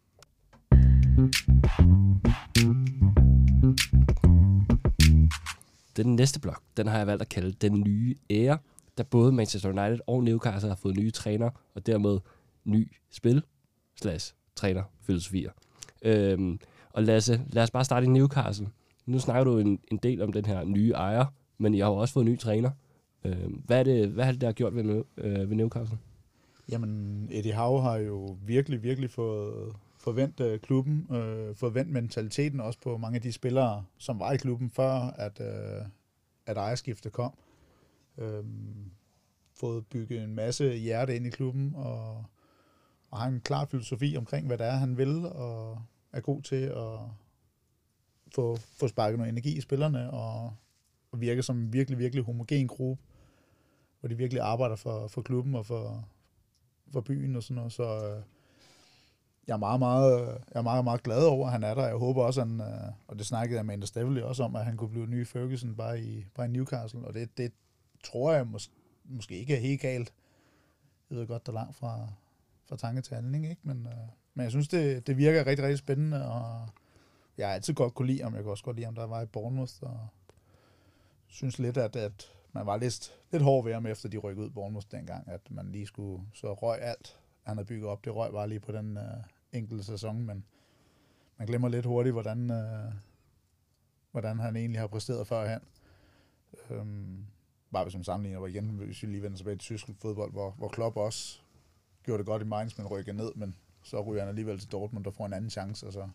Den næste blog, den har jeg valgt at kalde den nye ære, da både Manchester United og Newcastle har fået nye træner, og dermed ny spil slash trænerfilosofier. Øhm, og Lasse, lad os bare starte i Newcastle. Nu snakker du en, en del om den her nye ejer, men I har jo også fået ny træner. Øhm, hvad er det, hvad er det, der har gjort ved, øh, ved Newcastle? Jamen, Eddie Howe har jo virkelig, virkelig fået forventet klubben, øh, forventet mentaliteten også på mange af de spillere, som var i klubben før, at, øh, at ejerskiftet kom. Øhm, fået bygget en masse hjerte ind i klubben, og, og har en klar filosofi omkring, hvad det er, han vil, og er god til at få, få sparket noget energi i spillerne, og, og virke som en virkelig, virkelig homogen gruppe, hvor de virkelig arbejder for, for klubben og for, for byen og sådan noget. Så øh, jeg er meget, meget, jeg er meget, meget glad over, at han er der. Jeg håber også, at han, øh, og det snakkede jeg med Amanda Staveley også om, at han kunne blive ny Ferguson bare i, bare i Newcastle, og det, det tror jeg mås- måske ikke er helt galt. Jeg ved godt, der er langt fra, fra tanke til handling, ikke? Men, øh, men jeg synes, det, det virker rigtig, rigtig spændende, og jeg har altid godt kunne lide ham. Jeg kan også godt lide ham, der var i Bournemouth, og synes lidt, at, at man var lidt, lidt hård ved ham, efter de rykkede ud Bournemouth dengang, at man lige skulle, så røg alt, han havde bygget op, det røg bare lige på den øh, enkelte sæson, men man glemmer lidt hurtigt, hvordan, øh, hvordan han egentlig har præsteret førhen. Øhm, bare hvis man sammenligner, hvor igen, hvis vi lige vender tilbage til tysk fodbold, hvor, hvor Klopp også gjorde det godt i Mainz, men rykkede ned, men så ryger han alligevel til Dortmund, der får en anden chance, og så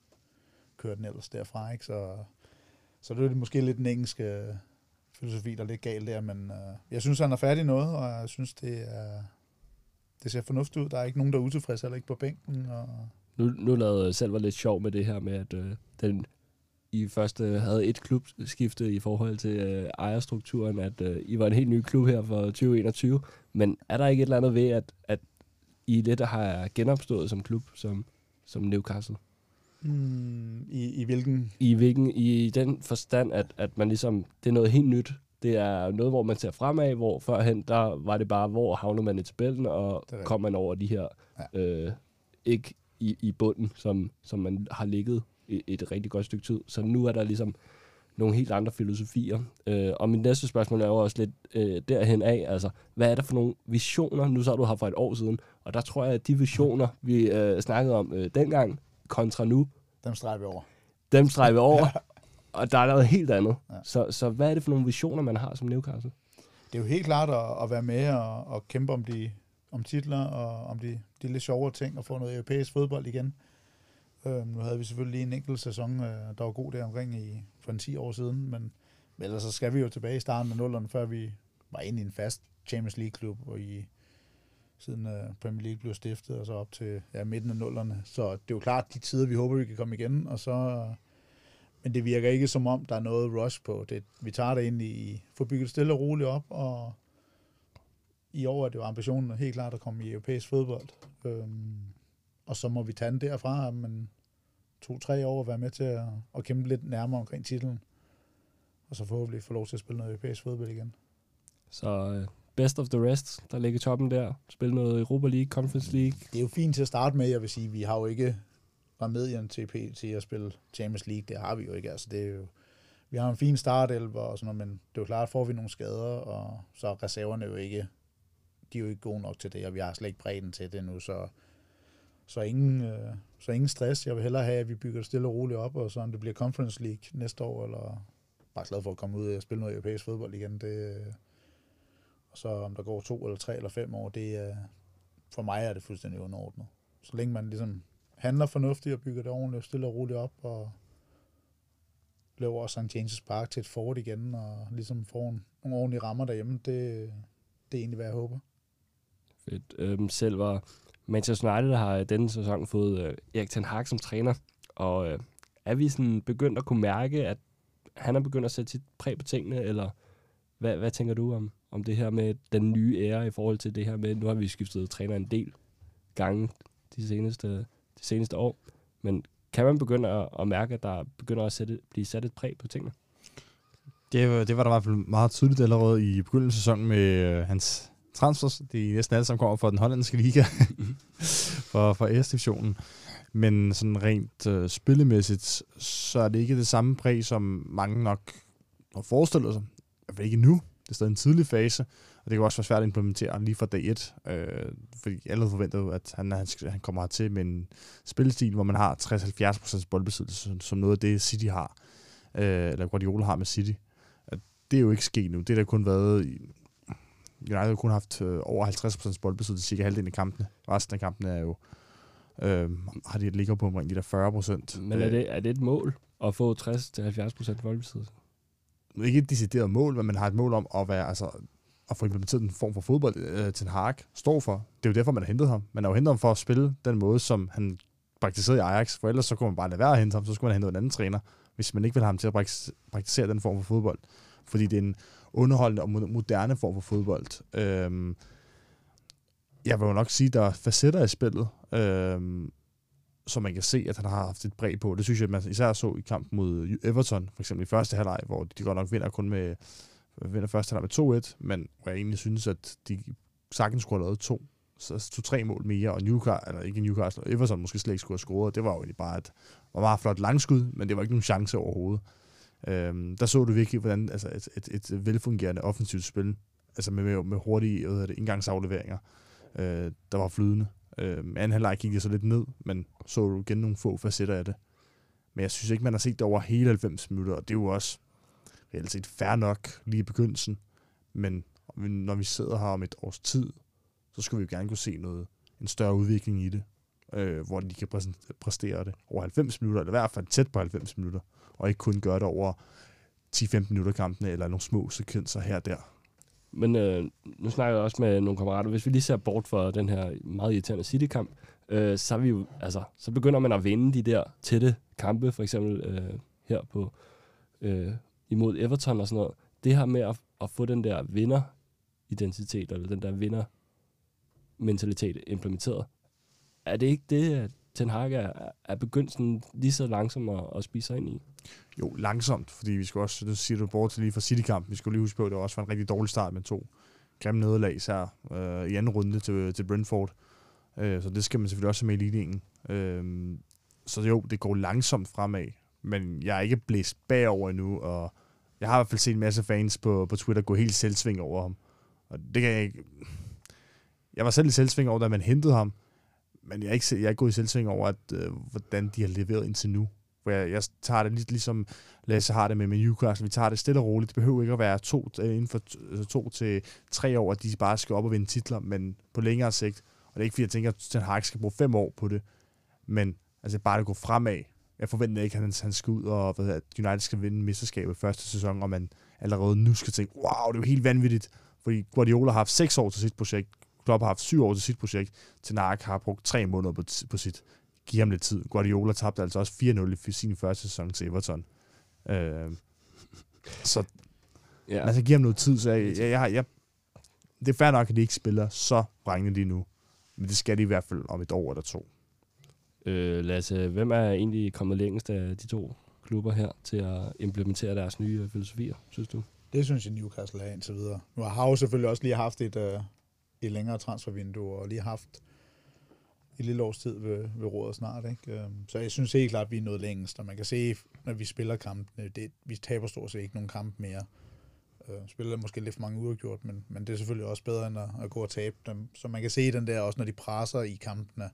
kører den ellers derfra, ikke? Så, så det er måske lidt den engelske filosofi, der er lidt galt der, men øh, jeg synes, han er færdig i noget, og jeg synes, det er det ser fornuftigt ud. Der er ikke nogen, der er utilfreds, heller ikke på bænken. Og Nu, nu lavede jeg selv var lidt sjov med det her med, at øh, den I først øh, havde et klubskifte i forhold til øh, ejerstrukturen, at øh, I var en helt ny klub her for tyve enogtyve. Men er der ikke et eller andet ved, at, at I lidt har genopstået som klub, som, som Newcastle? Mm, i, I hvilken? I hvilken? I den forstand, at, at man ligesom, det er noget helt nyt. Det er noget, hvor man ser fremad, hvor førhen, der var det bare, hvor havner man i tabellen, og kom man over de her, ja. øh, ikke i, i bunden, som, som man har ligget et, et rigtig godt stykke tid. Så nu er der ligesom nogle helt andre filosofier. Øh, og mit næste spørgsmål er jo også lidt øh, derhen af, altså, hvad er der for nogle visioner? Nu så har du her for et år siden, og der tror jeg, at de visioner, vi øh, snakkede om øh, dengang, kontra nu, dem streger vi over. Dem streger vi over. Og der er noget helt andet. Ja. Så, så hvad er det for nogle visioner, man har som Newcastle? Det er jo helt klart at, at være med og, og kæmpe om, de, om titler og om de, de lidt sjovere ting og få noget europæisk fodbold igen. Øhm, nu havde vi selvfølgelig lige en enkelt sæson, øh, der var god der omkring i, for en ti år siden, men, men ellers så skal vi jo tilbage i starten af nullerne, før vi var inde i en fast Champions League-klub, og i, siden øh, Premier League blev stiftet, og så op til ja, midten af nullerne. Så det er jo klart de tider, vi håber, vi kan komme igen, og så... Men det virker ikke som om, der er noget rush på det. Vi tager det ind i, får bygget stille og roligt op, og i år er det jo ambitionen helt klart at komme i europæisk fodbold. Øhm, og så må vi tage den derfra, men to-tre år at være med til at, at kæmpe lidt nærmere omkring titlen. Og så forhåbentlig få lov til at spille noget europæisk fodbold igen. Så uh, best of the rest, der ligger toppen der. Spille noget Europa League, Conference League. Det er jo fint til at starte med, jeg vil sige. Vi har jo ikke remedien til P til at spille Champions League. Det har vi jo ikke. Altså, det er jo, vi har en fin startelver og sådan noget, men det er jo klart, at får vi nogle skader, og så er reserverne jo ikke, de er jo ikke gode nok til det, og vi har slet ikke bredden til det nu, så, så, ingen, øh, så ingen stress. Jeg vil hellere have, at vi bygger det stille og roligt op, og så om det bliver Conference League næste år, eller bare glad for at komme ud og spille noget europæisk fodbold igen. Det, og så om der går to eller tre eller fem år, det er, for mig er det fuldstændig underordnet. Så længe man ligesom handler fornuftigt og bygger det ordentligt, stille og roligt op, og laver også Sankt James' Park til et fort igen, og ligesom får en, nogle ordentlige rammer derhjemme, det, det er egentlig, hvad jeg håber. Fedt. Øhm, selv var Manchester United har denne sæson fået øh, Erik ten Hag som træner, og øh, er vi sådan begyndt at kunne mærke, at han er begyndt at sætte sit præg på tingene, eller hvad, hvad tænker du om, om det her med den nye ære i forhold til det her med, nu har vi skiftet træner en del gange de seneste, de seneste år, men kan man begynde at, at mærke, at der begynder at sætte, blive sat et præg på tingene? Det, det var der i hvert fald meget tydeligt allerede i begyndelsen af sæsonen med øh, hans transfers. Det er næsten alle, som kommer fra den hollandske liga, fra, fra S-divisionen. Men sådan rent øh, spillemæssigt, så er det ikke det samme præg, som mange nok har forestillet sig. I hvert fald ikke nu. Det er stadig en tidlig fase, og det kan også være svært at implementere lige fra dag et. Øh, fordi alle forventer at han, han, han kommer hertil med en spillestil, hvor man har tres til halvfjerds procent boldbesiddelse, som noget af det City har, øh, eller Guardiola har med City. Det er jo ikke sket nu. Det har der kun været i United har kun haft øh, over halvtreds procent boldbesiddelse, cirka halvdelen af kampene. Resten af kampene er jo øh, har de ligger på omkring de der fyrre procent. Men er det, er det et mål at få tres til halvfjerds procent boldbesiddelse? Ikke et decideret mål, men man har et mål om at være altså at få implementeret en form for fodbold, øh, ten Hag står for. Det er jo derfor, man har hentet ham. Man har jo hentet ham for at spille den måde, som han praktiserede i Ajax, for ellers så kunne man bare lade være at hente ham, så skulle man have hentet en anden træner, hvis man ikke vil have ham til at praktisere den form for fodbold. Fordi det er en underholdende og moderne form for fodbold. Øhm, jeg vil jo nok sige, at der er facetter i spillet, øhm, som man kan se, at han har haft et præg på. Det synes jeg, at man især så i kampen mod Everton, for eksempel i første halvleg, hvor de godt nok vinder kun med vinder første halvleg med to et, men hvor jeg egentlig synes, at de sagtens skulle have lavet to, så to-tre mål mere, og Newcastle, eller ikke Newcastle, og Everton måske slet ikke skulle have scoret. Det var jo egentlig bare et var meget flot langskud, men det var ikke nogen chance overhovedet. Øhm, der så du virkelig, hvordan altså et, et, et velfungerende offensivt spil, altså med, med, med hurtige hvad det, indgangsafleveringer, øh, der var flydende. Øh, anden halvleg gik det så lidt ned, men så du igen nogle få facetter af det. Men jeg synes ikke, man har set det over hele halvfems minutter, og det er jo også reelt set fair nok lige i begyndelsen. Men når vi sidder her om et års tid, så skulle vi jo gerne kunne se noget, en større udvikling i det, øh, hvor de kan præstere det over halvfems minutter, eller i hvert fald tæt på halvfems minutter, og ikke kun gøre det over ti til femten minutter kampene, eller nogle små sekvenser her og der. Men øh, nu snakker jeg også med nogle kammerater. Hvis vi lige ser bort fra den her meget irriterende City-kamp, øh, så, er vi jo, altså, så begynder man at vinde de der tætte kampe, for eksempel øh, her på øh, imod Everton og sådan noget. Det her med at, at få den der vinder-identitet, eller den der vinder-mentalitet implementeret, er det ikke det, at Ten Hag er, er begyndt sådan lige så langsomt at, at spise sig ind i? Jo, langsomt, fordi vi skal også, det siger du bort til lige fra City-kampen, vi skulle lige huske på, at det også var en rigtig dårlig start med to grimme nederlag her øh, i anden runde til, til Brentford. Øh, så det skal man selvfølgelig også have med i ligningen. Øh, så jo, det går langsomt fremad, men jeg er ikke blæst bagover endnu, og jeg har i hvert fald set en masse fans på, på Twitter gå helt selvsving over ham. Og det kan jeg ikke... Jeg var selv i selvsving over, da man hentede ham, men jeg er ikke, jeg er ikke gået i selvsving over, at, øh, hvordan de har leveret indtil nu. For jeg, jeg tager det lidt ligesom Lasse har det med, med Newcastle. Vi tager det stille og roligt. Det behøver ikke at være to, inden for to, to til tre år, at de bare skal op og vinde titler, men på længere sigt. Og det er ikke, fordi jeg tænker, at Ten Hag skal bruge fem år på det, men altså bare det går fremad. Jeg forventer ikke, at han, han skal ud, og hvad, at United skal vinde mesterskabet første sæson, og man allerede nu skal tænke, wow, det er jo helt vanvittigt. Fordi Guardiola har haft seks år til sit projekt, Klopp har haft syv år til sit projekt, Ten Hag har brugt tre måneder på, på sit. Giv ham lidt tid. Guardiola tabte altså også fire nul i sin første sæson til Everton. Øh, så ja. Man skal give ham noget tid, så jeg, jeg, jeg, jeg, det er fair nok, at de ikke spiller så brændende lige nu, men det skal de i hvert fald om et år eller to. Øh, Lasse, hvem er egentlig kommet længst af de to klubber her til at implementere deres nye øh, filosofier, synes du? Det synes jeg, Newcastle er indtil videre. Nu har Hav selvfølgelig også lige haft et, uh, et længere transfervindue, og lige haft et lille års tid ved, ved rådet snart. Ikke? Så jeg synes helt klart, at vi er nået længst, og man kan se, når vi spiller kampene, det, vi taber stort set ikke nogen kamp mere. Uh, spiller måske lidt for mange uafgjort, men, men det er selvfølgelig også bedre, end at, at gå og tabe dem. Så man kan se den der, også når de presser i kampene,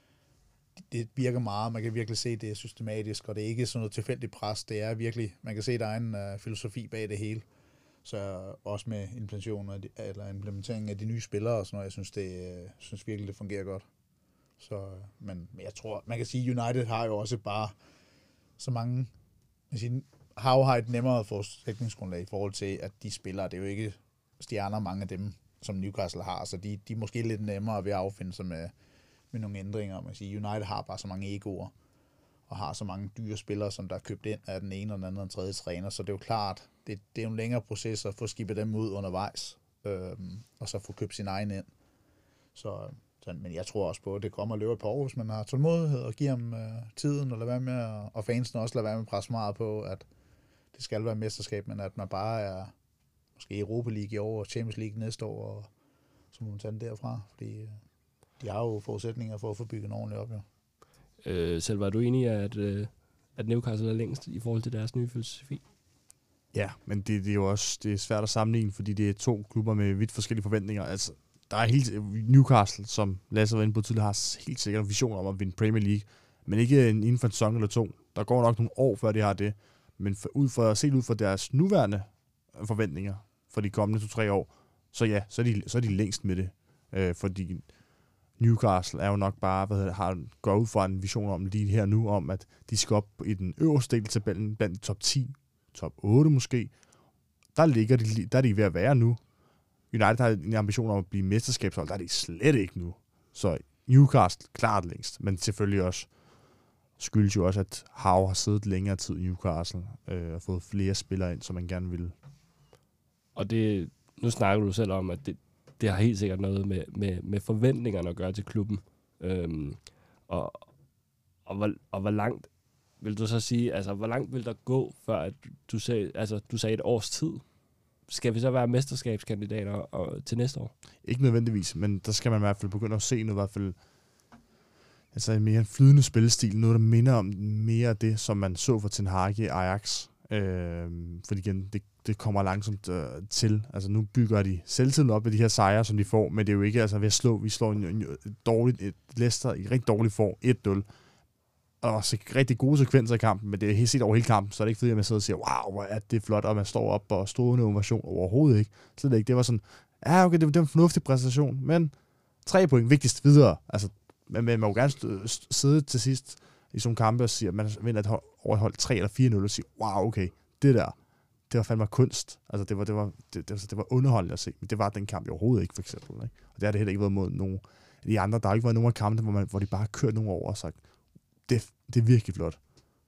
det virker meget, man kan virkelig se, det er systematisk, og det er ikke sådan noget tilfældigt pres, det er virkelig, man kan se, der er en uh, filosofi bag det hele. Så også med implementation af de, eller implementeringen af de nye spillere og sådan noget, jeg synes, det, øh, synes virkelig, det fungerer godt. Så, men, men jeg tror, man kan sige, United har jo også bare så mange, jeg siger, Hav har et nemmere forudsætningsgrundlag i forhold til, at de spillere, det er jo ikke stjerner, mange af dem, som Newcastle har, så de, de er måske lidt nemmere ved at affinde sig med, med nogle ændringer. Man siger, United har bare så mange egoer, og har så mange dyre spillere, som der er købt ind af den ene og den anden og den tredje træner, så det er jo klart, det, det er jo en længere proces at få skibet dem ud undervejs, øhm, og så få købt sin egen ind. Så, så, men jeg tror også på, at det kommer at løbe et par år, hvis man har tålmodighed og giver dem øh, tiden, og, lade være med, og fansene også lade være med at presse meget på, at det skal være mesterskab, men at man bare er måske Europa League i år, og Champions League næste år, og så må man tage den derfra, fordi øh, de har jo forudsætninger for at få bygget ordentligt op, jo. Øh, selv var du enig i, at, øh, at Newcastle er længst i forhold til deres nye filosofi? Ja, men det, det er jo også det er svært at sammenligne, fordi det er to klubber med vidt forskellige forventninger. Altså, der er helt Newcastle, som Lasse var inde på tidligere, har helt sikkert en vision om at vinde Premier League, men ikke inden for en sæson eller to. Der går nok nogle år, før de har det, men for, ud for, set ud fra deres nuværende forventninger for de kommende to-tre år, så ja, så er de, så er de længst med det, øh, fordi Newcastle er jo nok bare, hvad hedder, har går ud fra en vision om lige her nu, om at de skal op i den øverste del af tabellen, blandt top ti, top otte måske. Der ligger de, der er de ved at være nu. United har en ambition om at blive mesterskabshold, der er de slet ikke nu. Så Newcastle klart længst, men selvfølgelig også skyldes jo også, at Hav har siddet længere tid i Newcastle øh, og fået flere spillere ind, som man gerne ville. Og det, nu snakker du selv om, at det, det har helt sikkert noget med, med, med forventningerne at gøre til klubben. Øhm, og, og, hvor, og hvor langt vil du så sige, altså hvor langt vil der gå, før at du sagde, altså du sagde et års tid? Skal vi så være mesterskabskandidater og, til næste år? Ikke nødvendigvis, men der skal man i hvert fald begynde at se noget, i hvert fald altså en mere flydende spillestil, noget der minder om mere af det, som man så for Ten Hag i Ajax. Øh, for igen, det, det kommer langsomt øh, til. Altså nu bygger de selvtiden op ved de her sejre, som de får, men det er jo ikke altså ved at slå, vi slår en, en, en dårligt, et Leicester i rigtig dårlig form, et nul. Og så rigtig gode sekvenser i kampen, men det er helt set over hele kampen, så er det ikke fordi, at man sidder og siger, wow, hvor er det flot, og man står op og stående ovation overhovedet ikke. Slet ikke. Det var sådan, ja okay, det var en fornuftig præstation, men tre point, vigtigst videre. Altså, man, man må jo gerne sidde til sidst i sådan en kampe og sige, at man vinder et hold, over et hold tre eller fire nul og sige, wow, okay, det der, det var fandme kunst. Altså, det var, det var, det, det, det var underholdende at se, men det var den kamp overhovedet ikke, for eksempel. Ikke? Og det har det heller ikke været mod nogen af de andre. Der har ikke været nogen af kampene, hvor, man, hvor de bare har kørt nogen over og sagt, det, det er virkelig flot.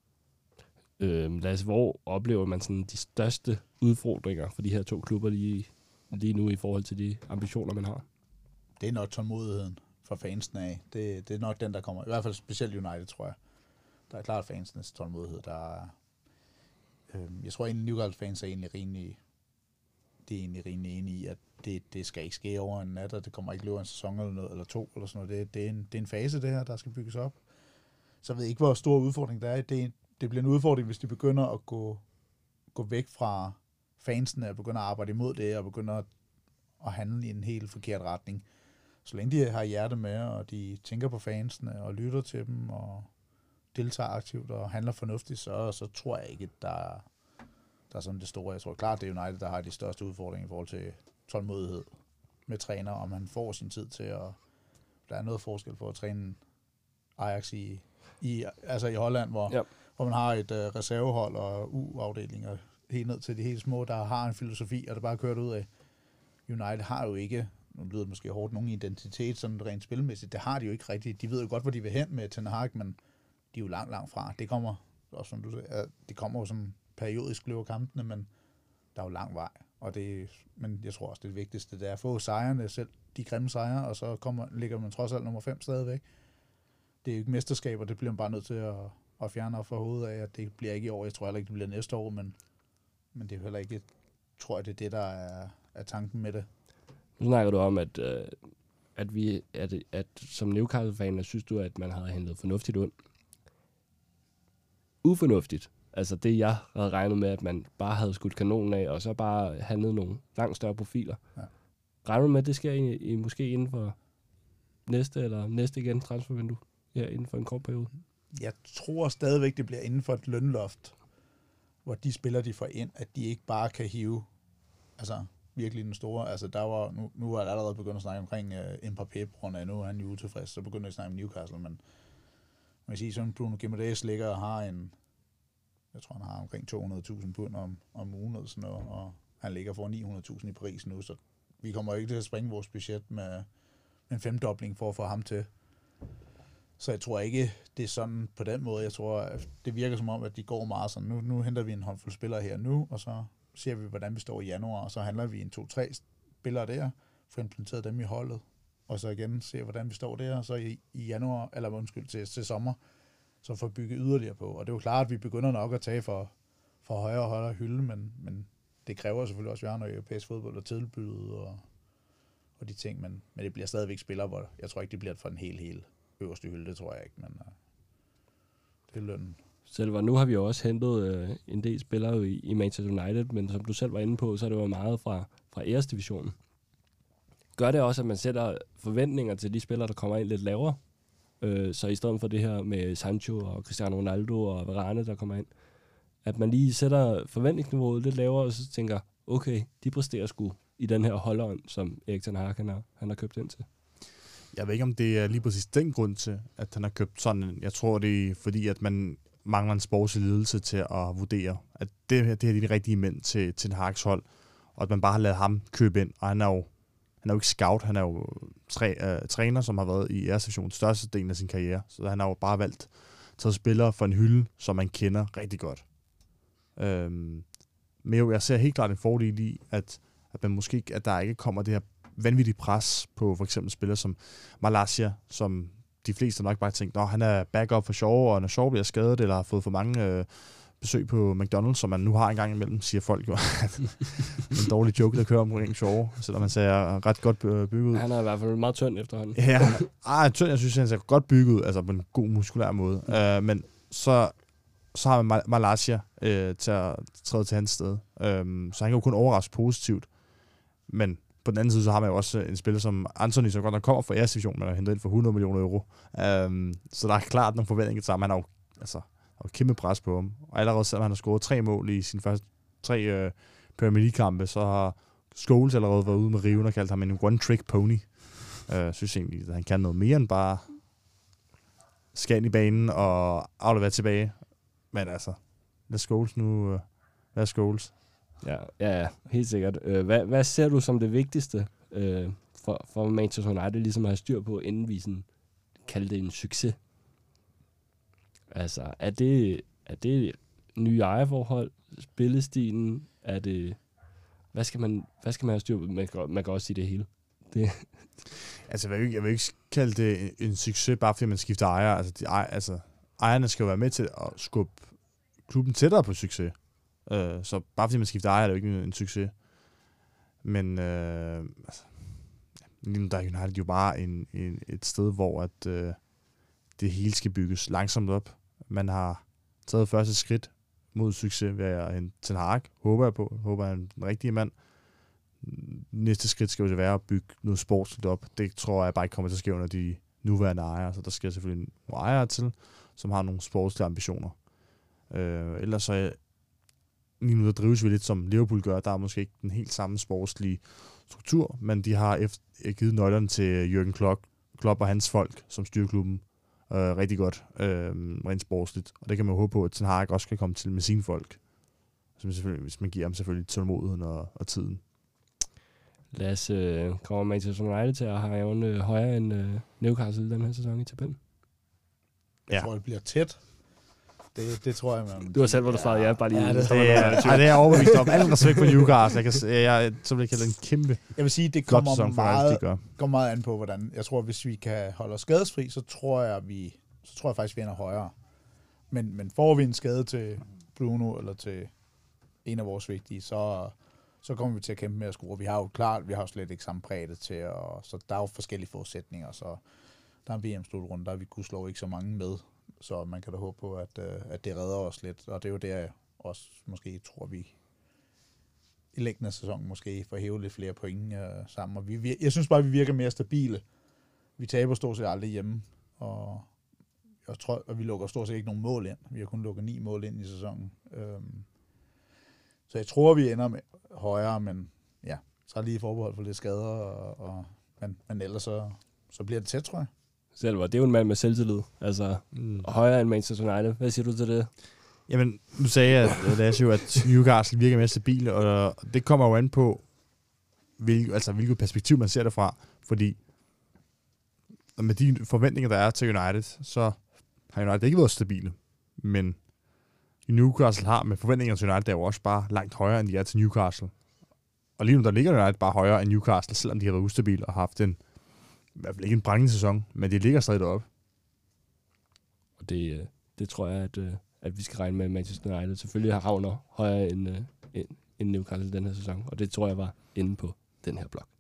Øhm, Lasse, hvor oplever man sådan de største udfordringer for de her to klubber lige, lige nu i forhold til de ambitioner, man har? Det er nok tålmodigheden fra fansene af. Det, det er nok den, der kommer. I hvert fald specielt United, tror jeg. Der er klart fansenes tålmodighed. Der er, øh, jeg tror egentlig, Newcastle-fans er egentlig rimelig, det er egentlig rimelig enige i, at det, det skal ikke ske over en nat, og det kommer ikke løbe en sæson eller noget, eller to, eller sådan noget. Det, det, er en, det er en fase, det her, der skal bygges op. Så jeg ved ikke, hvor stor udfordring der er. Det, det bliver en udfordring, hvis de begynder at gå, gå væk fra fansene, og begynder at arbejde imod det, og begynder at, at handle i en helt forkert retning. Så længe de har hjerte med, og de tænker på fansene, og lytter til dem, og deltager aktivt, og handler fornuftigt, så, så tror jeg ikke, at der, der er sådan det store. Jeg tror klart, det er United, der har de største udfordringer i forhold til tålmodighed med træner, om han får sin tid til at... Der er noget forskel for at træne Ajax i, i, altså i Holland, hvor, ja. hvor man har et uh, reservehold og U-afdelinger helt ned til de helt små, der har en filosofi, og det bare kørt ud af. United har jo ikke, nu lyder det måske hårdt, nogen identitet, sådan rent spilmæssigt. Det har de jo ikke rigtigt. De ved jo godt, hvor de vil hen med Ten Hag, men de er jo langt, langt fra. Det kommer, også som du siger, det kommer jo sådan periodisk løber kampene, men der er jo lang vej. Og det, men jeg tror også, det vigtigste, det er at få sejrene, selv de grimme sejre, og så kommer, ligger man trods alt nummer fem stadigvæk. det er jo ikke mesterskaber, det bliver man bare nødt til at, at fjerne op fra hovedet af, at det bliver ikke i år. Jeg tror heller ikke, det bliver næste år, men, men det er jo heller ikke, tror jeg, det er det, der er, er tanken med det. Nu snakker du om, at, øh, at, vi, at, at som Newcastle-fan, synes du, at man havde hentet fornuftigt ud. Ufornuftigt. Altså det, jeg havde regnet med, at man bare havde skudt kanonen af, og så bare handlet nogle langt større profiler. Ja. Regner du med, at det sker i, i måske inden for næste eller næste igen transfervindue? Ja, inden for en kort periode? Jeg tror stadigvæk, det bliver inden for et lønloft, hvor de spillere, de får ind, at de ikke bare kan hive altså virkelig den store. Altså der var, nu, nu er det allerede begyndt at snakke omkring uh, Mbappé, på grund af, nu er han jo utilfreds, så begynder jeg at snakke om Newcastle, men man kan sige, sådan Bruno Guimaraes ligger og har en, jeg tror, han har omkring to hundrede tusind pund om, om ugen, og sådan noget, og han ligger for ni hundrede tusind i Paris nu, så vi kommer ikke til at springe vores budget med en femdobling for at få ham til. Så jeg tror ikke, det er sådan på den måde. Jeg tror, at det virker som om, at de går meget sådan, nu, nu henter vi en håndfuld spillere her nu, og så ser vi, hvordan vi står i januar, og så handler vi en to-tre spillere der, får implementeret dem i holdet, og så igen ser, hvordan vi står der, og så i, i januar, eller undskyld, til, til sommer, så får bygget yderligere på. Og det er jo klart, at vi begynder nok at tage for, for højere og højere hylde, men, men det kræver selvfølgelig også, at vi har noget europæisk fodbold og tilbyde og, og de ting, men, men det bliver stadigvæk spillere, hvor jeg tror ikke, det bliver for en helt, helt øverste hylde, det tror jeg ikke, men uh, det er lønnen. Selv nu har vi jo også hentet øh, en del spillere i, i Manchester United, men som du selv var inde på, så er det jo meget fra, fra æresdivisionen. Gør det også, at man sætter forventninger til de spillere, der kommer ind lidt lavere? Øh, så i stedet for det her med Sancho og Cristiano Ronaldo og Varane, der kommer ind, at man lige sætter forventningsniveauet lidt lavere, og så tænker, okay, de præsterer sgu i den her holdånd, som Erik ten Hag han har, han har købt ind til. Jeg ved ikke, om det er lige præcis den grund til, at han har købt sådan. Jeg tror, det er fordi, at man mangler en sportslig ledelse til at vurdere, at det her, det her er de rigtige mænd til, til en Hags hold, og at man bare har ladet ham købe ind. Og han er jo, han er jo ikke scout, han er jo træ, uh, træner, som har været i æresdivisionen største del af sin karriere. Så han har jo bare valgt taget spillere for en hylde, som man kender rigtig godt. Øhm, men jo, jeg ser helt klart en fordel i, at, at man måske at der ikke kommer det her vanvittigt pres på for eksempel spillere som Malacia, som de fleste nok bare tænkt, at han er backup for Shaw, og når Shaw bliver skadet, eller har fået for mange øh, besøg på McDonald's, som man nu har en gang imellem, siger folk jo. En dårlig joke, der kører omkring Shaw, selvom han ser ret godt bygget ud. Han er i hvert fald meget tynd efterhånden. Ja, ah, tynd, jeg synes, han ser godt bygget ud, altså på en god muskulær måde. Uh, men så, så har man Malacia øh, til at træde til hans sted. Um, så han kan jo kun overraske positivt. Men på den anden side, så har man jo også en spiller som Anthony, som godt nok kommer fra æresdivisionen, men er hentet ind for hundrede millioner euro. Um, så der er klart nogle forventninger til ham. Han har jo altså, har kæmpe pres på ham. Og allerede selvom han har scoret tre mål i sine første tre uh, Premier League-kampe, så har Scholes allerede været ude med riven og kaldt ham en one-trick pony. Jeg uh, synes egentlig, at han kan noget mere end bare scan i banen og aflevere tilbage. Men altså, lad Scholes nu uh, være Scholes. Ja, ja, helt sikkert. Øh, hvad, hvad ser du som det vigtigste øh, for, for Manchester United ligesom at have styr på, inden vi sådan kalder det en succes? Altså, er det, er det nye ejerforhold, spillestilen, er det... Hvad skal man, hvad skal man have styr på? Man kan, man kan også sige det hele. Det. Altså, jeg vil, ikke, jeg vil ikke kalde det en, en succes, bare fordi man skifter ejer. Altså, de, altså, ejerne skal jo være med til at skubbe klubben tættere på succes. Uh, så bare fordi man skifter ejer, er det jo ikke en, en succes. Men uh, altså, der er United jo bare en, en, et sted, hvor at, uh, det hele skal bygges langsomt op. Man har taget første skridt mod succes ved at hente ten Hag, håber jeg på. Håber jeg er den rigtige mand. Næste skridt skal jo være at bygge noget sportsligt op. Det tror jeg bare ikke kommer til at ske under de nuværende ejere. Så der skal selvfølgelig nogle ejere til, som har nogle sportslige ambitioner. Uh, ellers så er lige nu der drives vi lidt som Liverpool gør. Der er måske ikke den helt samme sportslige struktur, men de har efter, givet nøglerne til Jürgen Klopp, Klopp og hans folk, som styrer klubben øh, rigtig godt, øh, rent sportsligt. Og det kan man håbe på, at ten Hag også kan komme til med sine folk. Som selvfølgelig, hvis man giver dem selvfølgelig tålmodigheden og, og tiden. Lad os øh, komme Manchester United til at have en øh, højere end øh, Newcastle den her sæson i tabellen. Jeg ja. tror, det bliver tæt. Det, det tror jeg, man... Du har selv, hvor du svarede ja, bare lige... Ja, det, det, er, ja, det er overbevist om. Alt respekt for Newcastle. Jeg, kan, jeg, jeg, så vil jeg kalde en kæmpe... Jeg vil sige, det kommer sæson, meget, går meget an på, hvordan... Jeg tror, hvis vi kan holde os skadesfri, så tror jeg, at vi så tror jeg faktisk, vi ender højere. Men, men får vi en skade til Bruno, eller til en af vores vigtige, så, så kommer vi til at kæmpe med at score. Vi har jo klart, vi har jo slet ikke samme bredde til, og så der er jo forskellige forudsætninger, så der er en V M-slutrunde, der er vi gudskelov ikke så mange med, så man kan da håbe på, at, at det redder os lidt, og det er jo der, jeg også måske tror, vi i længden af sæsonen måske får hævet lidt flere point uh, sammen, og vi, jeg synes bare, at vi virker mere stabile. Vi taber stort set aldrig hjemme, og jeg tror, at vi lukker stort set ikke nogen mål ind. Vi har kun lukket ni mål ind i sæsonen. Øhm, så jeg tror, vi ender med højere, men ja, så er lige forbehold for lidt skader, og, og, men, men ellers så, så bliver det tæt, tror jeg. Selver, det er jo en mand med selvtillid. Altså, mm. højere end Manchester United. Hvad siger du til det? Jamen, nu sagde jeg, at, Lasse, jo, at Newcastle virker mere stabile, og det kommer jo an på, hvilket, altså, hvilket perspektiv man ser det fra. Fordi med de forventninger, der er til United, så har United ikke været stabile. Men Newcastle har med forventninger til United, der er jo også bare langt højere, end de er til Newcastle. Og lige nu, der ligger United bare højere end Newcastle, selvom de har været ustabile og har haft en, i hvert fald ikke en brændende sæson, men de ligger stadig deroppe. Og det, det tror jeg, at, at vi skal regne med Manchester United. Selvfølgelig har havner højere end, end, end Newcastle den her sæson, og det tror jeg var inde på den her blok.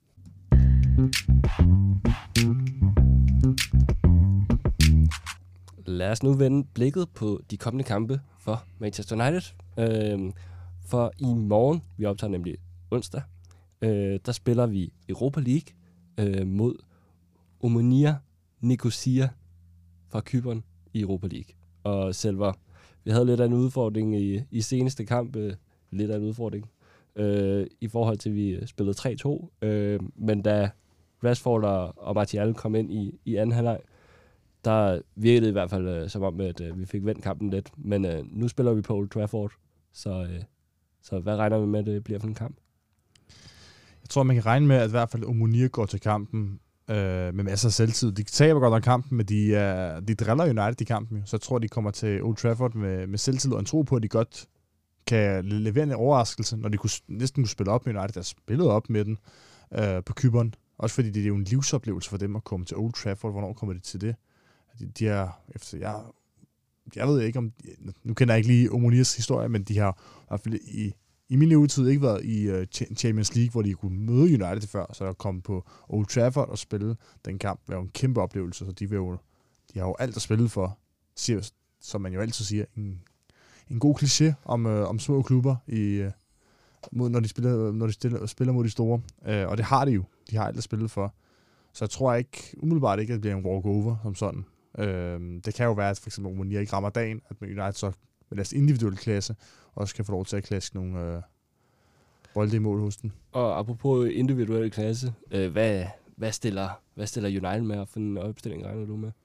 Lad os nu vende blikket på de kommende kampe for Manchester United. Øh, for i morgen, vi optager nemlig onsdag, øh, der spiller vi Europa League øh, mod Omonia Nicosia fra Cypern i Europa League. Og Selver, vi havde lidt af en udfordring i, i seneste kamp, øh, lidt af en udfordring, øh, i forhold til, at vi spillede tre to. Øh, men da Rashford og, og Martial kom ind i, i anden halvleg, der virkede det i hvert fald øh, som om, at øh, vi fik vendt kampen lidt. Men øh, nu spiller vi på Old Trafford, så, øh, så hvad regner vi med, at det bliver for en kamp? Jeg tror, man kan regne med, at i hvert fald Omonia går til kampen øh, med masser af selvtid. De taber godt nok kampen, men de, uh, de driller United i kampen. Så jeg tror, de kommer til Old Trafford med, med selvtid og en tro på, at de godt kan levere en overraskelse, når de kunne, næsten kunne spille op med United. Der spillede op med den øh, på Cypern. Også fordi det er jo en livsoplevelse for dem at komme til Old Trafford. Hvornår kommer de til det? De, de er, efter, jeg, jeg ved ikke om, nu kender jeg ikke lige Omonias historie, men de har i hvert fald i, i min levetid ikke været i uh, Champions League, hvor de kunne møde United før, så der kom på Old Trafford og spille den kamp. Det var jo en kæmpe oplevelse, så de, vil jo, de har jo alt at spille for, siger, som man jo altid siger, en, en god kliché om, uh, om små klubber, i, uh, mod, når de, spiller, når de stiller, spiller mod de store, uh, og det har de jo. De har alt at spille for. Så jeg tror ikke, umiddelbart ikke, at det bliver en walkover som sådan. Øhm, det kan jo være, at for eksempel Omonia ikke rammer dagen, at United så med deres individuelle klasse også kan få lov til at klaske nogle øh, bolde i mål hos den. Og apropos individuelle klasse, øh, hvad, hvad, stiller, hvad stiller United med, og for en opstilling regner du med?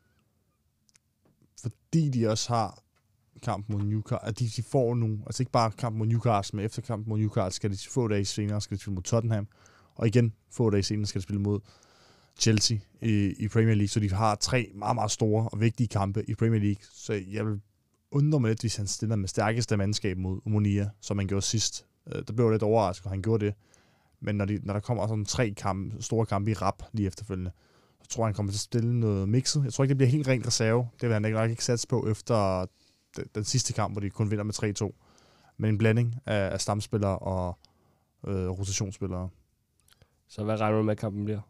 Fordi de også har kamp mod Newcastle, at de, de får nogle, altså ikke bare kamp mod Newcastle, men efter kamp mod Newcastle skal de få dage senere, skal de spille mod Tottenham, og igen få dage senere skal de spille mod Chelsea i, i Premier League, så de har tre meget, meget store og vigtige kampe i Premier League. Så jeg vil undre mig lidt, hvis han stiller med stærkeste mandskab mod Omonia, som han gjorde sidst. Der blev jeg lidt overrasket, at han gjorde det. Men når, de, når der kommer sådan tre kampe, store kampe i rap lige efterfølgende, så tror jeg, han kommer til at stille noget mixet. Jeg tror ikke, det bliver helt rent reserve. Det vil han nok ikke satse på efter den, den sidste kamp, hvor de kun vinder med tre to. Men en blanding af, af stamspillere og øh, rotationsspillere. Så hvad regner du med, at kampen bliver?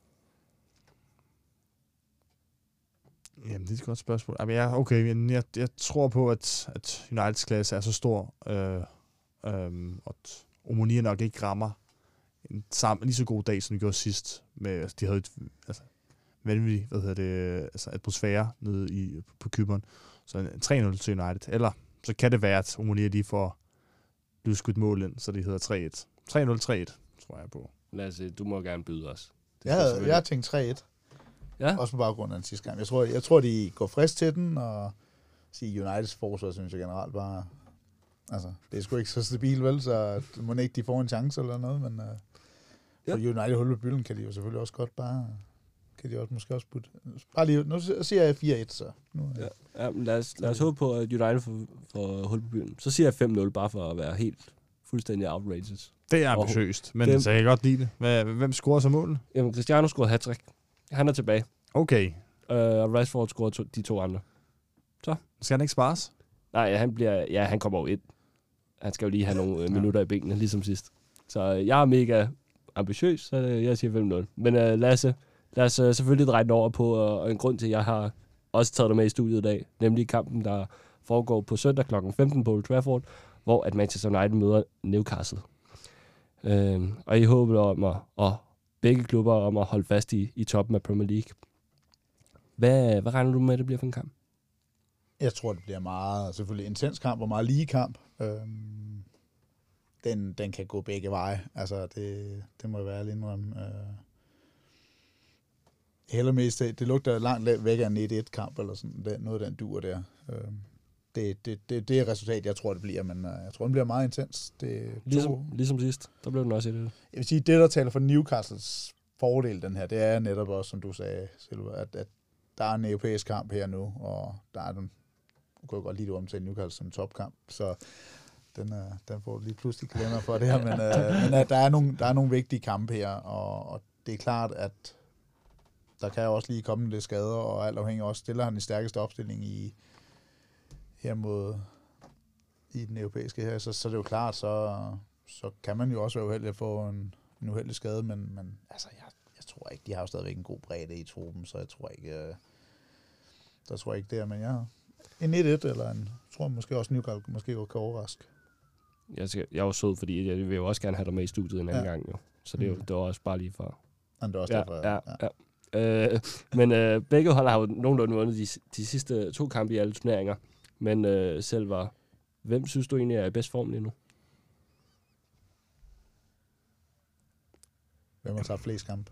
Jamen, det er et godt spørgsmål. Jamen, ja, okay, jeg, jeg tror på, at, at Uniteds klasse er så stor, øh, øh, at Omonia nok ikke rammer en sam, lige så god dag, som de gjorde sidst. Med, altså, de havde et altså, vanvittigt, hvad hedder det, altså, atmosfære nede i, på Cypern. Så en tre nul til United. Eller så kan det være, at Omonia lige får lydskudt mål ind, så det hedder tre et. tre nul tre et, tror jeg på. Lasse, du må gerne byde os. Jeg havde, jeg har tænkt tre et. Ja. Også på baggrund af den sidste gang. Jeg tror, jeg tror, de går frisk til den, og sige Uniteds forsvar, synes jeg generelt bare, altså, det er sgu ikke så stabilt, vel, så må ikke de får en chance eller noget, men uh, ja. For United hul på bylden kan de jo selvfølgelig også godt bare, kan de også måske også putte, bare lige, nu siger jeg fire et, så. Nu, ja. Ja, men lad os, lad os håbe på, at United får, får hul på bylden. Så siger jeg fem nul, bare for at være helt fuldstændig outrageous. Det er ambitiøst, men dem, så jeg kan godt lide det. Hvem scorer så målet? Jamen, Cristiano scorede hat-trick. Han er tilbage. Okay. øh, og Rashford scorer to, de to andre. Så. Skal han ikke spares? Nej, han bliver, ja, han kommer jo ind. Han skal jo lige have nogle øh, minutter i benene, ligesom sidst. Så øh, jeg er mega ambitiøs, så øh, jeg siger fem nul. Men øh, Lasse, lad os øh, selvfølgelig dreje den over på, og en grund til, at jeg har også taget dig med i studiet i dag, nemlig kampen, der foregår på søndag klokken femten på Old Trafford, hvor at Manchester United møder Newcastle. Øh, og I håber om at, og begge klubber om at holde fast i, i toppen af Premier League. Hvad, hvad regner du med, det bliver for en kamp? Jeg tror, det bliver meget, selvfølgelig intens kamp og meget lige kamp. Øhm, den, den kan gå begge veje. Altså, det, det må jeg være ærlig indrømme. Øh, heller mest, det, det lugter langt væk af en et et kamp, eller sådan, det, noget af den dur der. Øhm, det, det, det, det er resultat, jeg tror, det bliver, men øh, jeg tror, den bliver meget intens. Det Ligesom, to, ligesom sidst, der blev den også et. Jeg vil sige, det, der taler for Newcastles fordel, den her, det er netop også, som du sagde, Silver, at, at der er en europæisk kamp her nu, og der er den, du kan jo godt lide det omtale Newcastle som topkamp, så den, uh, den får lige pludselig kalender for det her, men, uh, men uh, der, er nogle, der er nogle vigtige kampe her, og, og det er klart, at der kan jo også lige komme lidt skader, og alt afhængig også stiller han i stærkeste opstilling i her mod i den europæiske her, så, så det er jo klart, så, så kan man jo også være uheldig at få en, en uheldig skade, men, men altså, jeg, jeg tror ikke, de har jo stadigvæk en god bredde i truppen, så jeg tror ikke, uh, der tror jeg ikke det, men jeg en et et, eller en, jeg tror måske også Newcastle måske kan overraske. Jeg, skal, jeg er jo sød, fordi jeg vil jo også gerne have dig med i studiet en anden Ja. gang, jo. Så det er jo det var også bare lige for... Men det er også Ja, derfor, ja, ja. ja. Øh, men øh, begge hold har jo nogenlunde vundet de, de sidste to kampe i alle turneringer. Men øh, selv var... Hvem synes du egentlig er i bedst form lige nu? Hvem har taget flest kampe?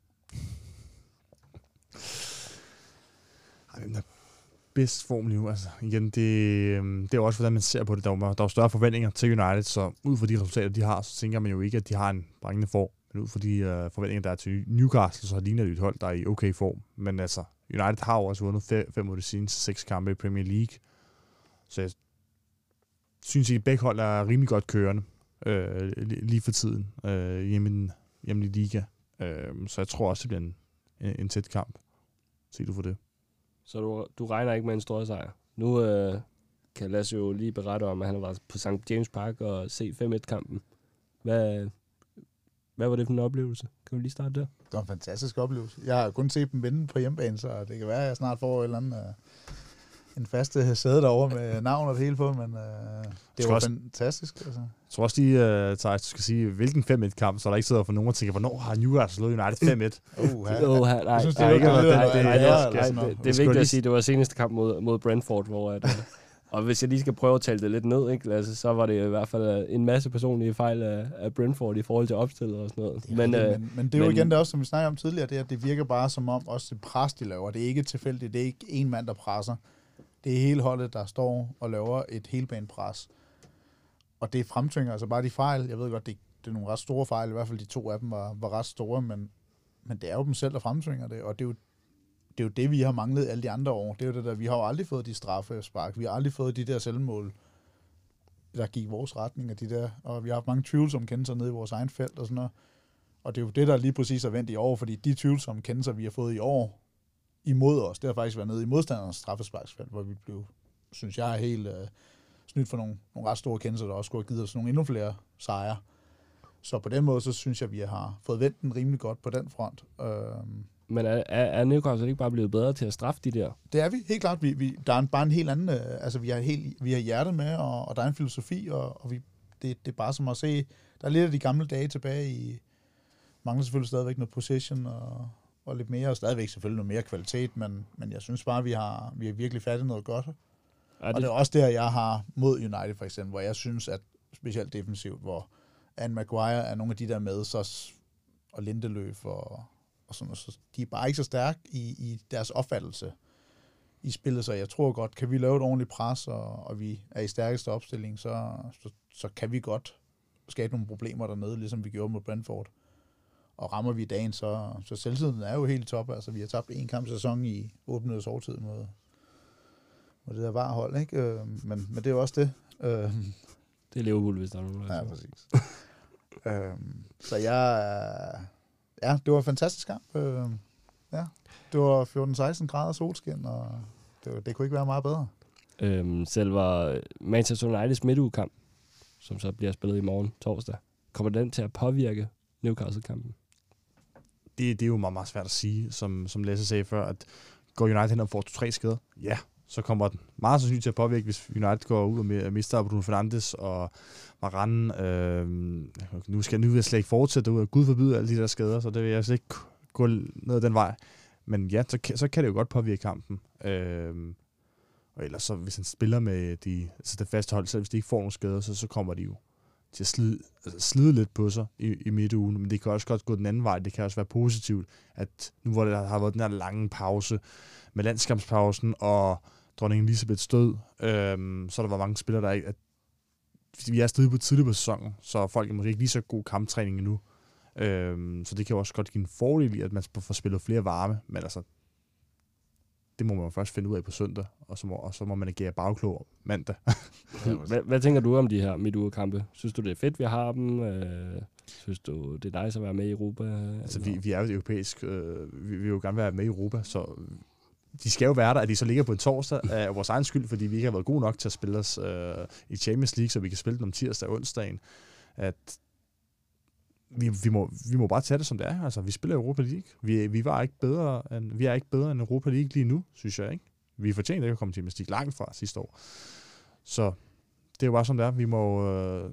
Ej, hvem der er bedst form lige nu? Altså, igen, det, øhm, det er jo også, hvordan man ser på det. Der er, jo- der er jo større forventninger til United, så ud fra de resultater, de har, så tænker man jo ikke, at de har en brændende form. Men ud fra de øh, forventninger, der er til Newcastle, så ligner det et hold, der er i okay form. Men altså, United har jo også vundet fem, fem af de seneste seks kampe i Premier League. Så jeg synes, at begge hold er rimelig godt kørende øh, lige for tiden øh, hjemme, i den, hjemme i liga. Øh, så jeg tror også, det bliver en, en, en tæt kamp. Se du for det. Så du, du regner ikke med en stor sejr. Nu øh, kan Lasse jo lige berette om, at han har været på Sankt James Park og se fem et-kampen. Hvad, hvad var det for en oplevelse? Kan vi lige starte der? Det var en fantastisk oplevelse. Jeg har kun set dem vinde på hjemmebane, så det kan være, at jeg snart får et eller andet, uh, en faste sæde derovre med navn og det hele på, men uh, det var også, fantastisk. Altså. Jeg tror også lige, uh, Thijs, du skal sige, hvilken fem et-kamp, så der ikke sidder for nogen og tænker, hvornår har Newcastle slået United fem et? Uh, Åh, nej, nej, jeg synes, nej, det ikke- var nej, lidt- nej, det- nej, nej, eller det- sådan det- noget. det er vigtigt at sige, at det var seneste kamp mod, mod Brentford, hvor at, øh, og hvis jeg lige skal prøve at tale det lidt ned, ikke, Lasse, så var det i hvert fald en masse personlige fejl af, af Brentford i forhold til opstillet og sådan noget. Men, Men, øh, men, men det er jo men- igen det også, som vi snakkede om tidligere, det er, at det virker bare som om, også det pres, de laver, det er ikke tilfældigt, det er ikke en mand, der presser. Det er hele holdet, der står og laver et helbanepres. Og det fremtvinger altså bare de fejl. Jeg ved godt, det, det er nogle ret store fejl, i hvert fald de to af dem var, var ret store, men, men det er jo dem selv, der fremtvinger det, og det er jo det, er jo det vi har manglet alle de andre år. Det er jo det der, vi har jo aldrig fået de straffespark, vi har aldrig fået de der selvmål, der gik i vores retning, og, de der, og vi har haft mange tvivlsomme kendelser nede i vores egen felt og sådan noget. Og det er jo det, der lige præcis er vendt i år, fordi de tvivlsomme kendelser, vi har fået i år imod os, det har faktisk været nede i modstandernes straffesparksfelt, hvor vi blev, synes jeg, helt øh, snydt for nogle, nogle ret store kendelser, der også skulle have givet os nogle endnu flere sejre. Så på den måde, så synes jeg, vi har fået vendt den rimelig godt på den front. Øhm, men er, er, er Newcastle ikke bare blevet bedre til at straffe de der? Det er vi, helt klart. Vi, vi, der er en, bare en helt anden, øh, altså vi har, helt, vi har hjertet med, og, og der er en filosofi, og, og vi, det, det er bare som at se, der er lidt af de gamle dage tilbage i, mangler selvfølgelig stadigvæk noget position, og, og lidt mere, og stadigvæk selvfølgelig noget mere kvalitet, men, men jeg synes bare, vi har, vi har virkelig fattet noget godt. Er Og det, det er også der, jeg har mod United for eksempel, hvor jeg synes, at specielt defensivt, hvor Anne Maguire er nogle af de der med, så, og Lindeløf og, og sådan noget, så de er bare ikke så stærke i, i deres opfattelse i spillet, så jeg tror godt, kan vi lave et ordentligt pres, og, og vi er i stærkeste opstilling, så, så, så kan vi godt skabe nogle problemer dernede, ligesom vi gjorde mod Brentford. Og rammer vi dagen, så, så selvtiden er jo helt i top. Altså, vi har tabt en kamp sæson i otte minutters overtid mod, mod det der varhold, ikke? Øh, men, men det er jo også det. Øh, det er Liverpool, hvis der er nogen. ja, præcis. øh, så jeg... Ja, det var en fantastisk kamp. Øh, Ja, det var fjorten seksten grader solskin, og det, var, det kunne ikke være meget bedre. Øhm, selv var Manchester Uniteds midtugekamp, som så bliver spillet i morgen torsdag, kommer den til at påvirke Newcastle-kampen? Det, det er jo meget, meget svært at sige, som, som Lasse sagde før, at går United hen og får to-tre skader, ja, så kommer den meget sandsynligt til at påvirke, hvis United går ud og mister Bruno Fernandes og Varane. Øh, nu skal nu vil jeg slet ikke fortsætte ud, og Gud forbyde alle de der skader, så det vil jeg slet ikke gå ned ad den vej. Men ja, så, så kan det jo godt påvirke kampen. Øh, og ellers så, hvis han spiller med de, altså det faste hold, selv hvis de ikke får nogen skader, så, så kommer de jo til at slide, altså slide lidt på sig i, i midtugen, men det kan også godt gå den anden vej. Det kan også være positivt, at nu hvor der har været den her lange pause med landskampspausen og dronning Elisabeths død, øhm, så der var mange spillere, der ikke... At vi er stadig på tidligt på sæsonen, så folk er måske ikke lige så god kamptræning endnu. Øhm, så det kan jo også godt give en fordel i, at man får spillet flere varme, men altså, det må man først finde ud af på søndag, og så må, og så må man agere bagklog mandag. hvad, hvad tænker du om de her midtugekampe? Synes du, det er fedt, vi har dem? Øh, synes du, det er nice at være med i Europa? Altså, vi, vi er jo et europæisk... Øh, vi vil jo gerne være med i Europa, så de skal jo være der, at de så ligger på en torsdag af vores egen skyld, fordi vi ikke har været gode nok til at spille os øh, i Champions League, så vi kan spille dem om tirsdag og onsdagen. At vi, vi, må, vi må bare tage det, som det er. Altså, vi spiller Europa League. Vi, vi, var ikke bedre end, vi er ikke bedre end Europa League lige nu, synes jeg ikke. Vi er fortjent ikke at komme til Champions League langt fra sidste år. Så det er jo bare, som det er. Vi må øh,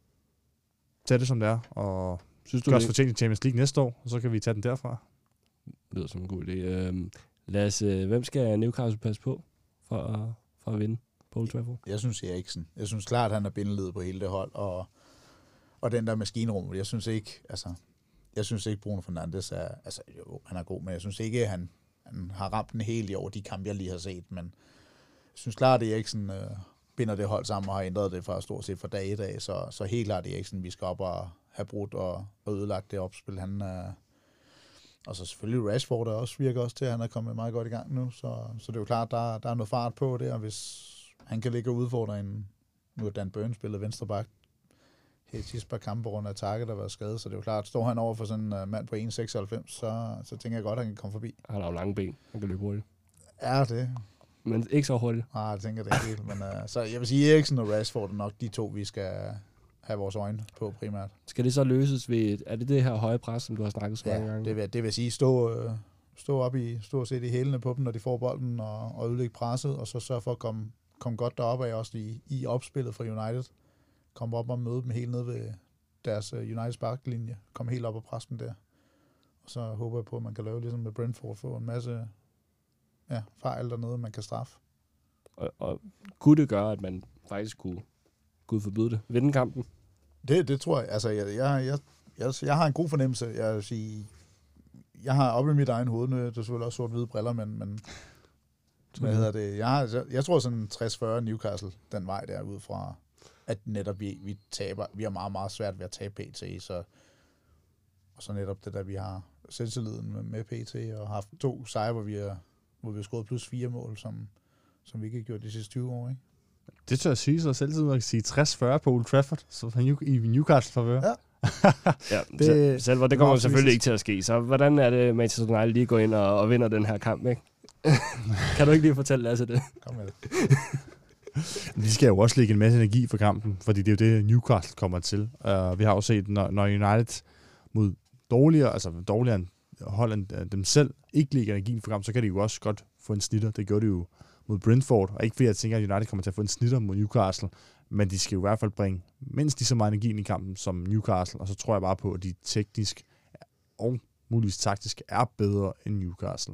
tage det, som det er, og synes du, vi også fortjent i Champions League næste år, og så kan vi tage den derfra. Det lyder som en god idé. Øhm, lad os, øh, hvem skal Newcastle passe på for at, for at vinde på Old Trafford? Jeg synes Eriksen. Jeg synes klart, at han er bindeled på hele det hold, og, og den der maskinrum. Jeg synes ikke, altså, jeg synes ikke Bruno Fernandes er, altså jo, han er god, men jeg synes ikke, at han, han har ramt den helt i over de kampe, jeg lige har set, men jeg synes klart, at Eriksen øh, binder det hold sammen og har ændret det fra stort set fra dag i dag, så, så helt klart Eriksen, vi skal op og have brudt og, og ødelagt det opspil. Han er, og så selvfølgelig Rashford, der også virker også til, at han er kommet meget godt i gang nu, så, så det er jo klart, der, der er noget fart på det, og hvis han kan ligge og udfordre en, nu er Dan Burn spillet venstre bak, helt sidste par kampe rundt af Target, der var skadet, så det er jo klart, står han over for sådan en uh, mand på en komma seksoghalvfems, så, så tænker jeg godt, at han kan komme forbi. Han har jo lange ben, han kan løbe hurtigt. Er det? Men ikke så hurtigt. Nej, jeg tænker det ikke helt, men uh, så jeg vil sige, Eriksen og Rashford er nok de to, vi skal have vores øjne på primært. Skal det så løses ved, er det det her høje pres, som du har snakket så mange ja, gange? det vil, det vil sige, stå, uh, stå op i, stort set i hælene på dem, når de får bolden, og, og ødelægge presset, og så sørge for at komme, komme godt deroppe af også i, i opspillet fra United. Komme op og møde dem helt nede ved deres uh, Uniteds baklinje. Komme helt op og presse dem der. Og så håber jeg på, at man kan lave ligesom med Brentford, få en masse ja, fejl dernede, man kan straffe. Og, og kunne det gøre, at man faktisk kunne, kunne forbyde det? Vinde kampen? Det, det tror jeg. Altså, jeg, jeg, jeg, jeg, jeg har en god fornemmelse. Jeg vil sige, jeg har oppe i mit egen hoved, nu er det selvfølgelig også sort-hvide briller, men, men hvad hedder det? Jeg, har, jeg tror sådan tres fyrre Newcastle, den vej der ud fra, at netop vi, vi taber. Vi har meget, meget svært ved at tabe P T, så og så netop det der, vi har selvtilliden med, med P T, og har haft to sejre, hvor vi har, hvor vi har scoret plus fire mål, som, som vi ikke har gjort de sidste tyve år, ikke? Det tør jeg sige, så selvtiden kan sige tres fyrre på Old Trafford, så i Newcastle favør. Ja. ja, det, selv, det kommer selvfølgelig ikke til at ske. Så hvordan er det, Manchester United lige går ind og, og vinder den her kamp, ikke? Kan du ikke lige fortælle Lasse det? Kom med det. Vi skal jo også lægge en masse energi for kampen, fordi det er jo det, Newcastle kommer til. Uh, vi har jo set, når, når United mod dårligere, altså dårligere end hold end dem selv, ikke lægger energien for kampen, så kan de jo også godt få en snitter. Det gjorde de jo mod Brentford, og ikke fordi jeg tænker, at United kommer til at få en snitter mod Newcastle, men de skal jo i hvert fald bringe mindst lige så meget energi ind i kampen som Newcastle, og så tror jeg bare på, at de teknisk og muligvis taktisk er bedre end Newcastle.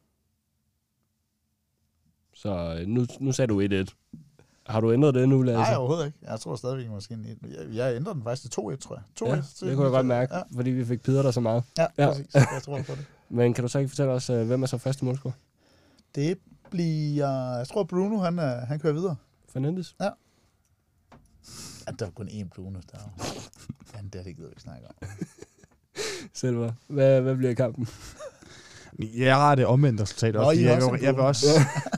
Så nu, nu sagde du et et. Har du ændret det nu, Lasse? Nej, overhovedet ikke. Jeg tror stadigvæk måske en et. Jeg, jeg ændrede den faktisk til to et, tror jeg. to et, ja, det kunne jeg godt mærke, ja. Fordi vi fik pidret dig så meget. Ja, ja, præcis. Jeg tror på det. Men kan du så ikke fortælle os, hvem er så første målscorer? Det bliver... Jeg tror, Bruno, han, han kører videre. Fernandes? Ja. Ja, der er kun én Bruno. Der er... Ja, det er det gider vi ikke snakke om. Selver, hvad, hvad bliver kampen? Jeg har det omvendt resultat også. Nå, jeg, også jeg, jeg vil også...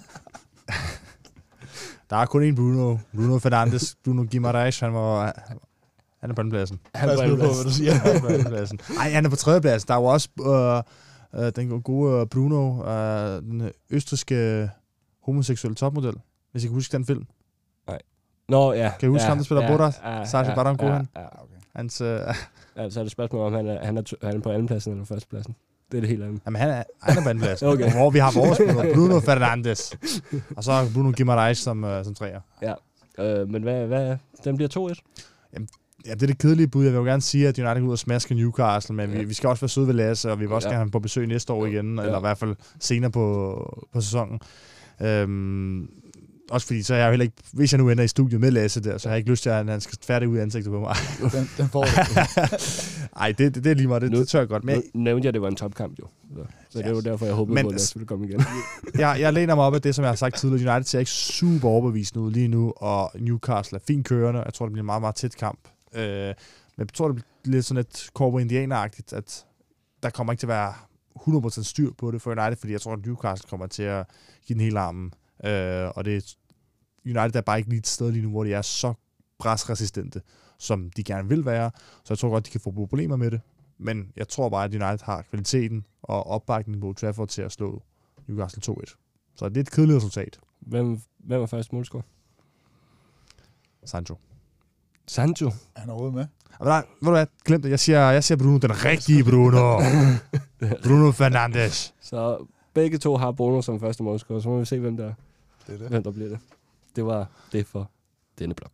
Der er kun én Bruno. Bruno Fernandes. Bruno Guimaraes, han var... Han er på andenpladsen. Han er på, hvad du siger. Han er på andenpladsen. Ej, han er på tredjepladsen. Der er jo også... Uh, Uh, den gode Bruno, uh, den østrigske homoseksuelle topmodel. Hvis I kan huske den film. Nå, ja. Kan I huske ja, ham, der spiller ja, Borat? Ja, Sacha ja, Baron Cohen. Ja, ja. Okay. Hans, uh, Altså er det spørgsmål om, han er, han er, han er på andenpladsen eller førstepladsen. Det er det helt andet. jamen, han er, han er på andenpladsen. Okay. Hvor vi har vores Bruno, Bruno Fernandes. Og så Bruno Guimaraes som, uh, som træer. Ja. Øh, men hvad, hvad, den bliver to et? Ja, det er det kedelige bud. Jeg vil jo gerne sige, at United går ud og smasker Newcastle, men Ja. vi, vi skal også være søde ved Lasse, og vi vil også Ja. gerne have ham på besøg næste år igen, Ja. eller i hvert fald senere på, på sæsonen. Øhm, også fordi, så er jeg jo heller ikke, hvis jeg nu ender i studiet med Lasse der, så har jeg ikke lyst til, at han skal færdig ud i ansigtet på mig. Den, den får du. Ej, det, det, det er lige meget, det, Nu- det tør jeg godt. Men jeg, Nu nævnte jeg, at det var en topkamp jo. Så, så det er jo derfor, jeg håbede Men- på, at Lasse ville komme igen. jeg, jeg læner mig op af det, som jeg har sagt tidligere. United ser ikke super overbevisende ud lige nu, og Newcastle er fint kørende. Jeg tror, det bliver en meget, meget tæt kamp. Øh, men jeg tror, det bliver lidt sådan et Corvo-indianeragtigt, at der kommer ikke til at være hundrede procent styr på det for United, fordi jeg tror, at Newcastle kommer til at give den hele armen. Øh, og det er United er bare ikke lige et sted lige nu, hvor de er så presresistente, som de gerne vil være. Så jeg tror godt, de kan få problemer med det. Men jeg tror bare, at United har kvaliteten og opbakningen på Old Trafford til at slå Newcastle to et. Så det er et kedeligt resultat. Hvem, hvem var først målscorer? Sancho. Sancho. Er han overhovedet med? Og nej, ved du hvad? Glem det. Jeg siger, jeg siger Bruno, den rigtige Bruno. Bruno Fernandes. Så begge to har Bruno som første målscorer, så må vi se, hvem der, Det er det. hvem der bliver det. Det var det for denne blok.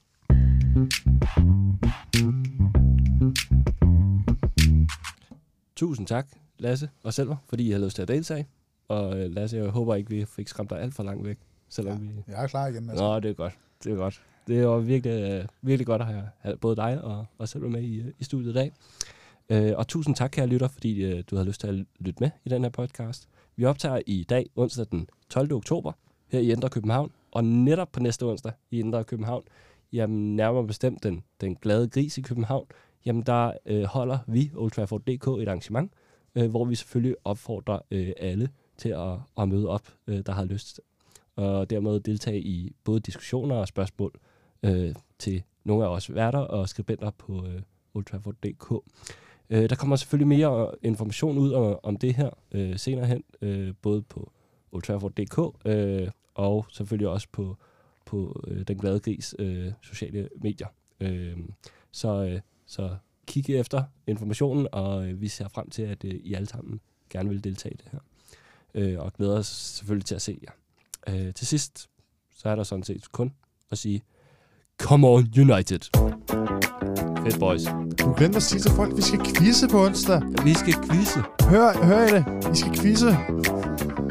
Tusind tak, Lasse og Selver, fordi I har lyst til at deltage. Og øh, Lasse, jeg håber ikke, vi fik skræmt dig alt for langt væk. Selvom Ja, vi... jeg er klar igen. Altså. Nå, det er godt. Det er godt. Det var virkelig, øh, virkelig godt at have, have både dig og, og selv med i, øh, i studiet i dag. Øh, og tusind tak, kære lytter, fordi øh, du har lyst til at lytte med i den her podcast. Vi optager i dag, onsdag den tolvte oktober, her i Indre København. Og netop på næste onsdag i Indre København, jamen nærmere bestemt den, den glade gris i København, jamen der øh, holder vi, Old Trafford punktum d k, et arrangement, øh, hvor vi selvfølgelig opfordrer øh, alle til at, at møde op, øh, der har lyst, og dermed deltage i både diskussioner og spørgsmål øh, til nogle af os værter og skribenter på øh, Old Trafford punktum d k. Øh, der kommer selvfølgelig mere information ud om, om det her øh, senere hen, øh, både på Old Trafford punktum d k øh, og selvfølgelig også på, på øh, Den Glade Gris øh, sociale medier. Øh, så, øh, så kig efter informationen, og øh, vi ser frem til, at øh, I alle sammen gerne vil deltage i det her. Øh, og glæder os selvfølgelig til at se jer. Øh, til sidst, så er der sådan set kun at sige, come on United. Fedt, boys. Du glemte at sige til folk, at vi skal quizze på onsdag. Vi skal quizze. Hør, hør I det? Vi skal quizze.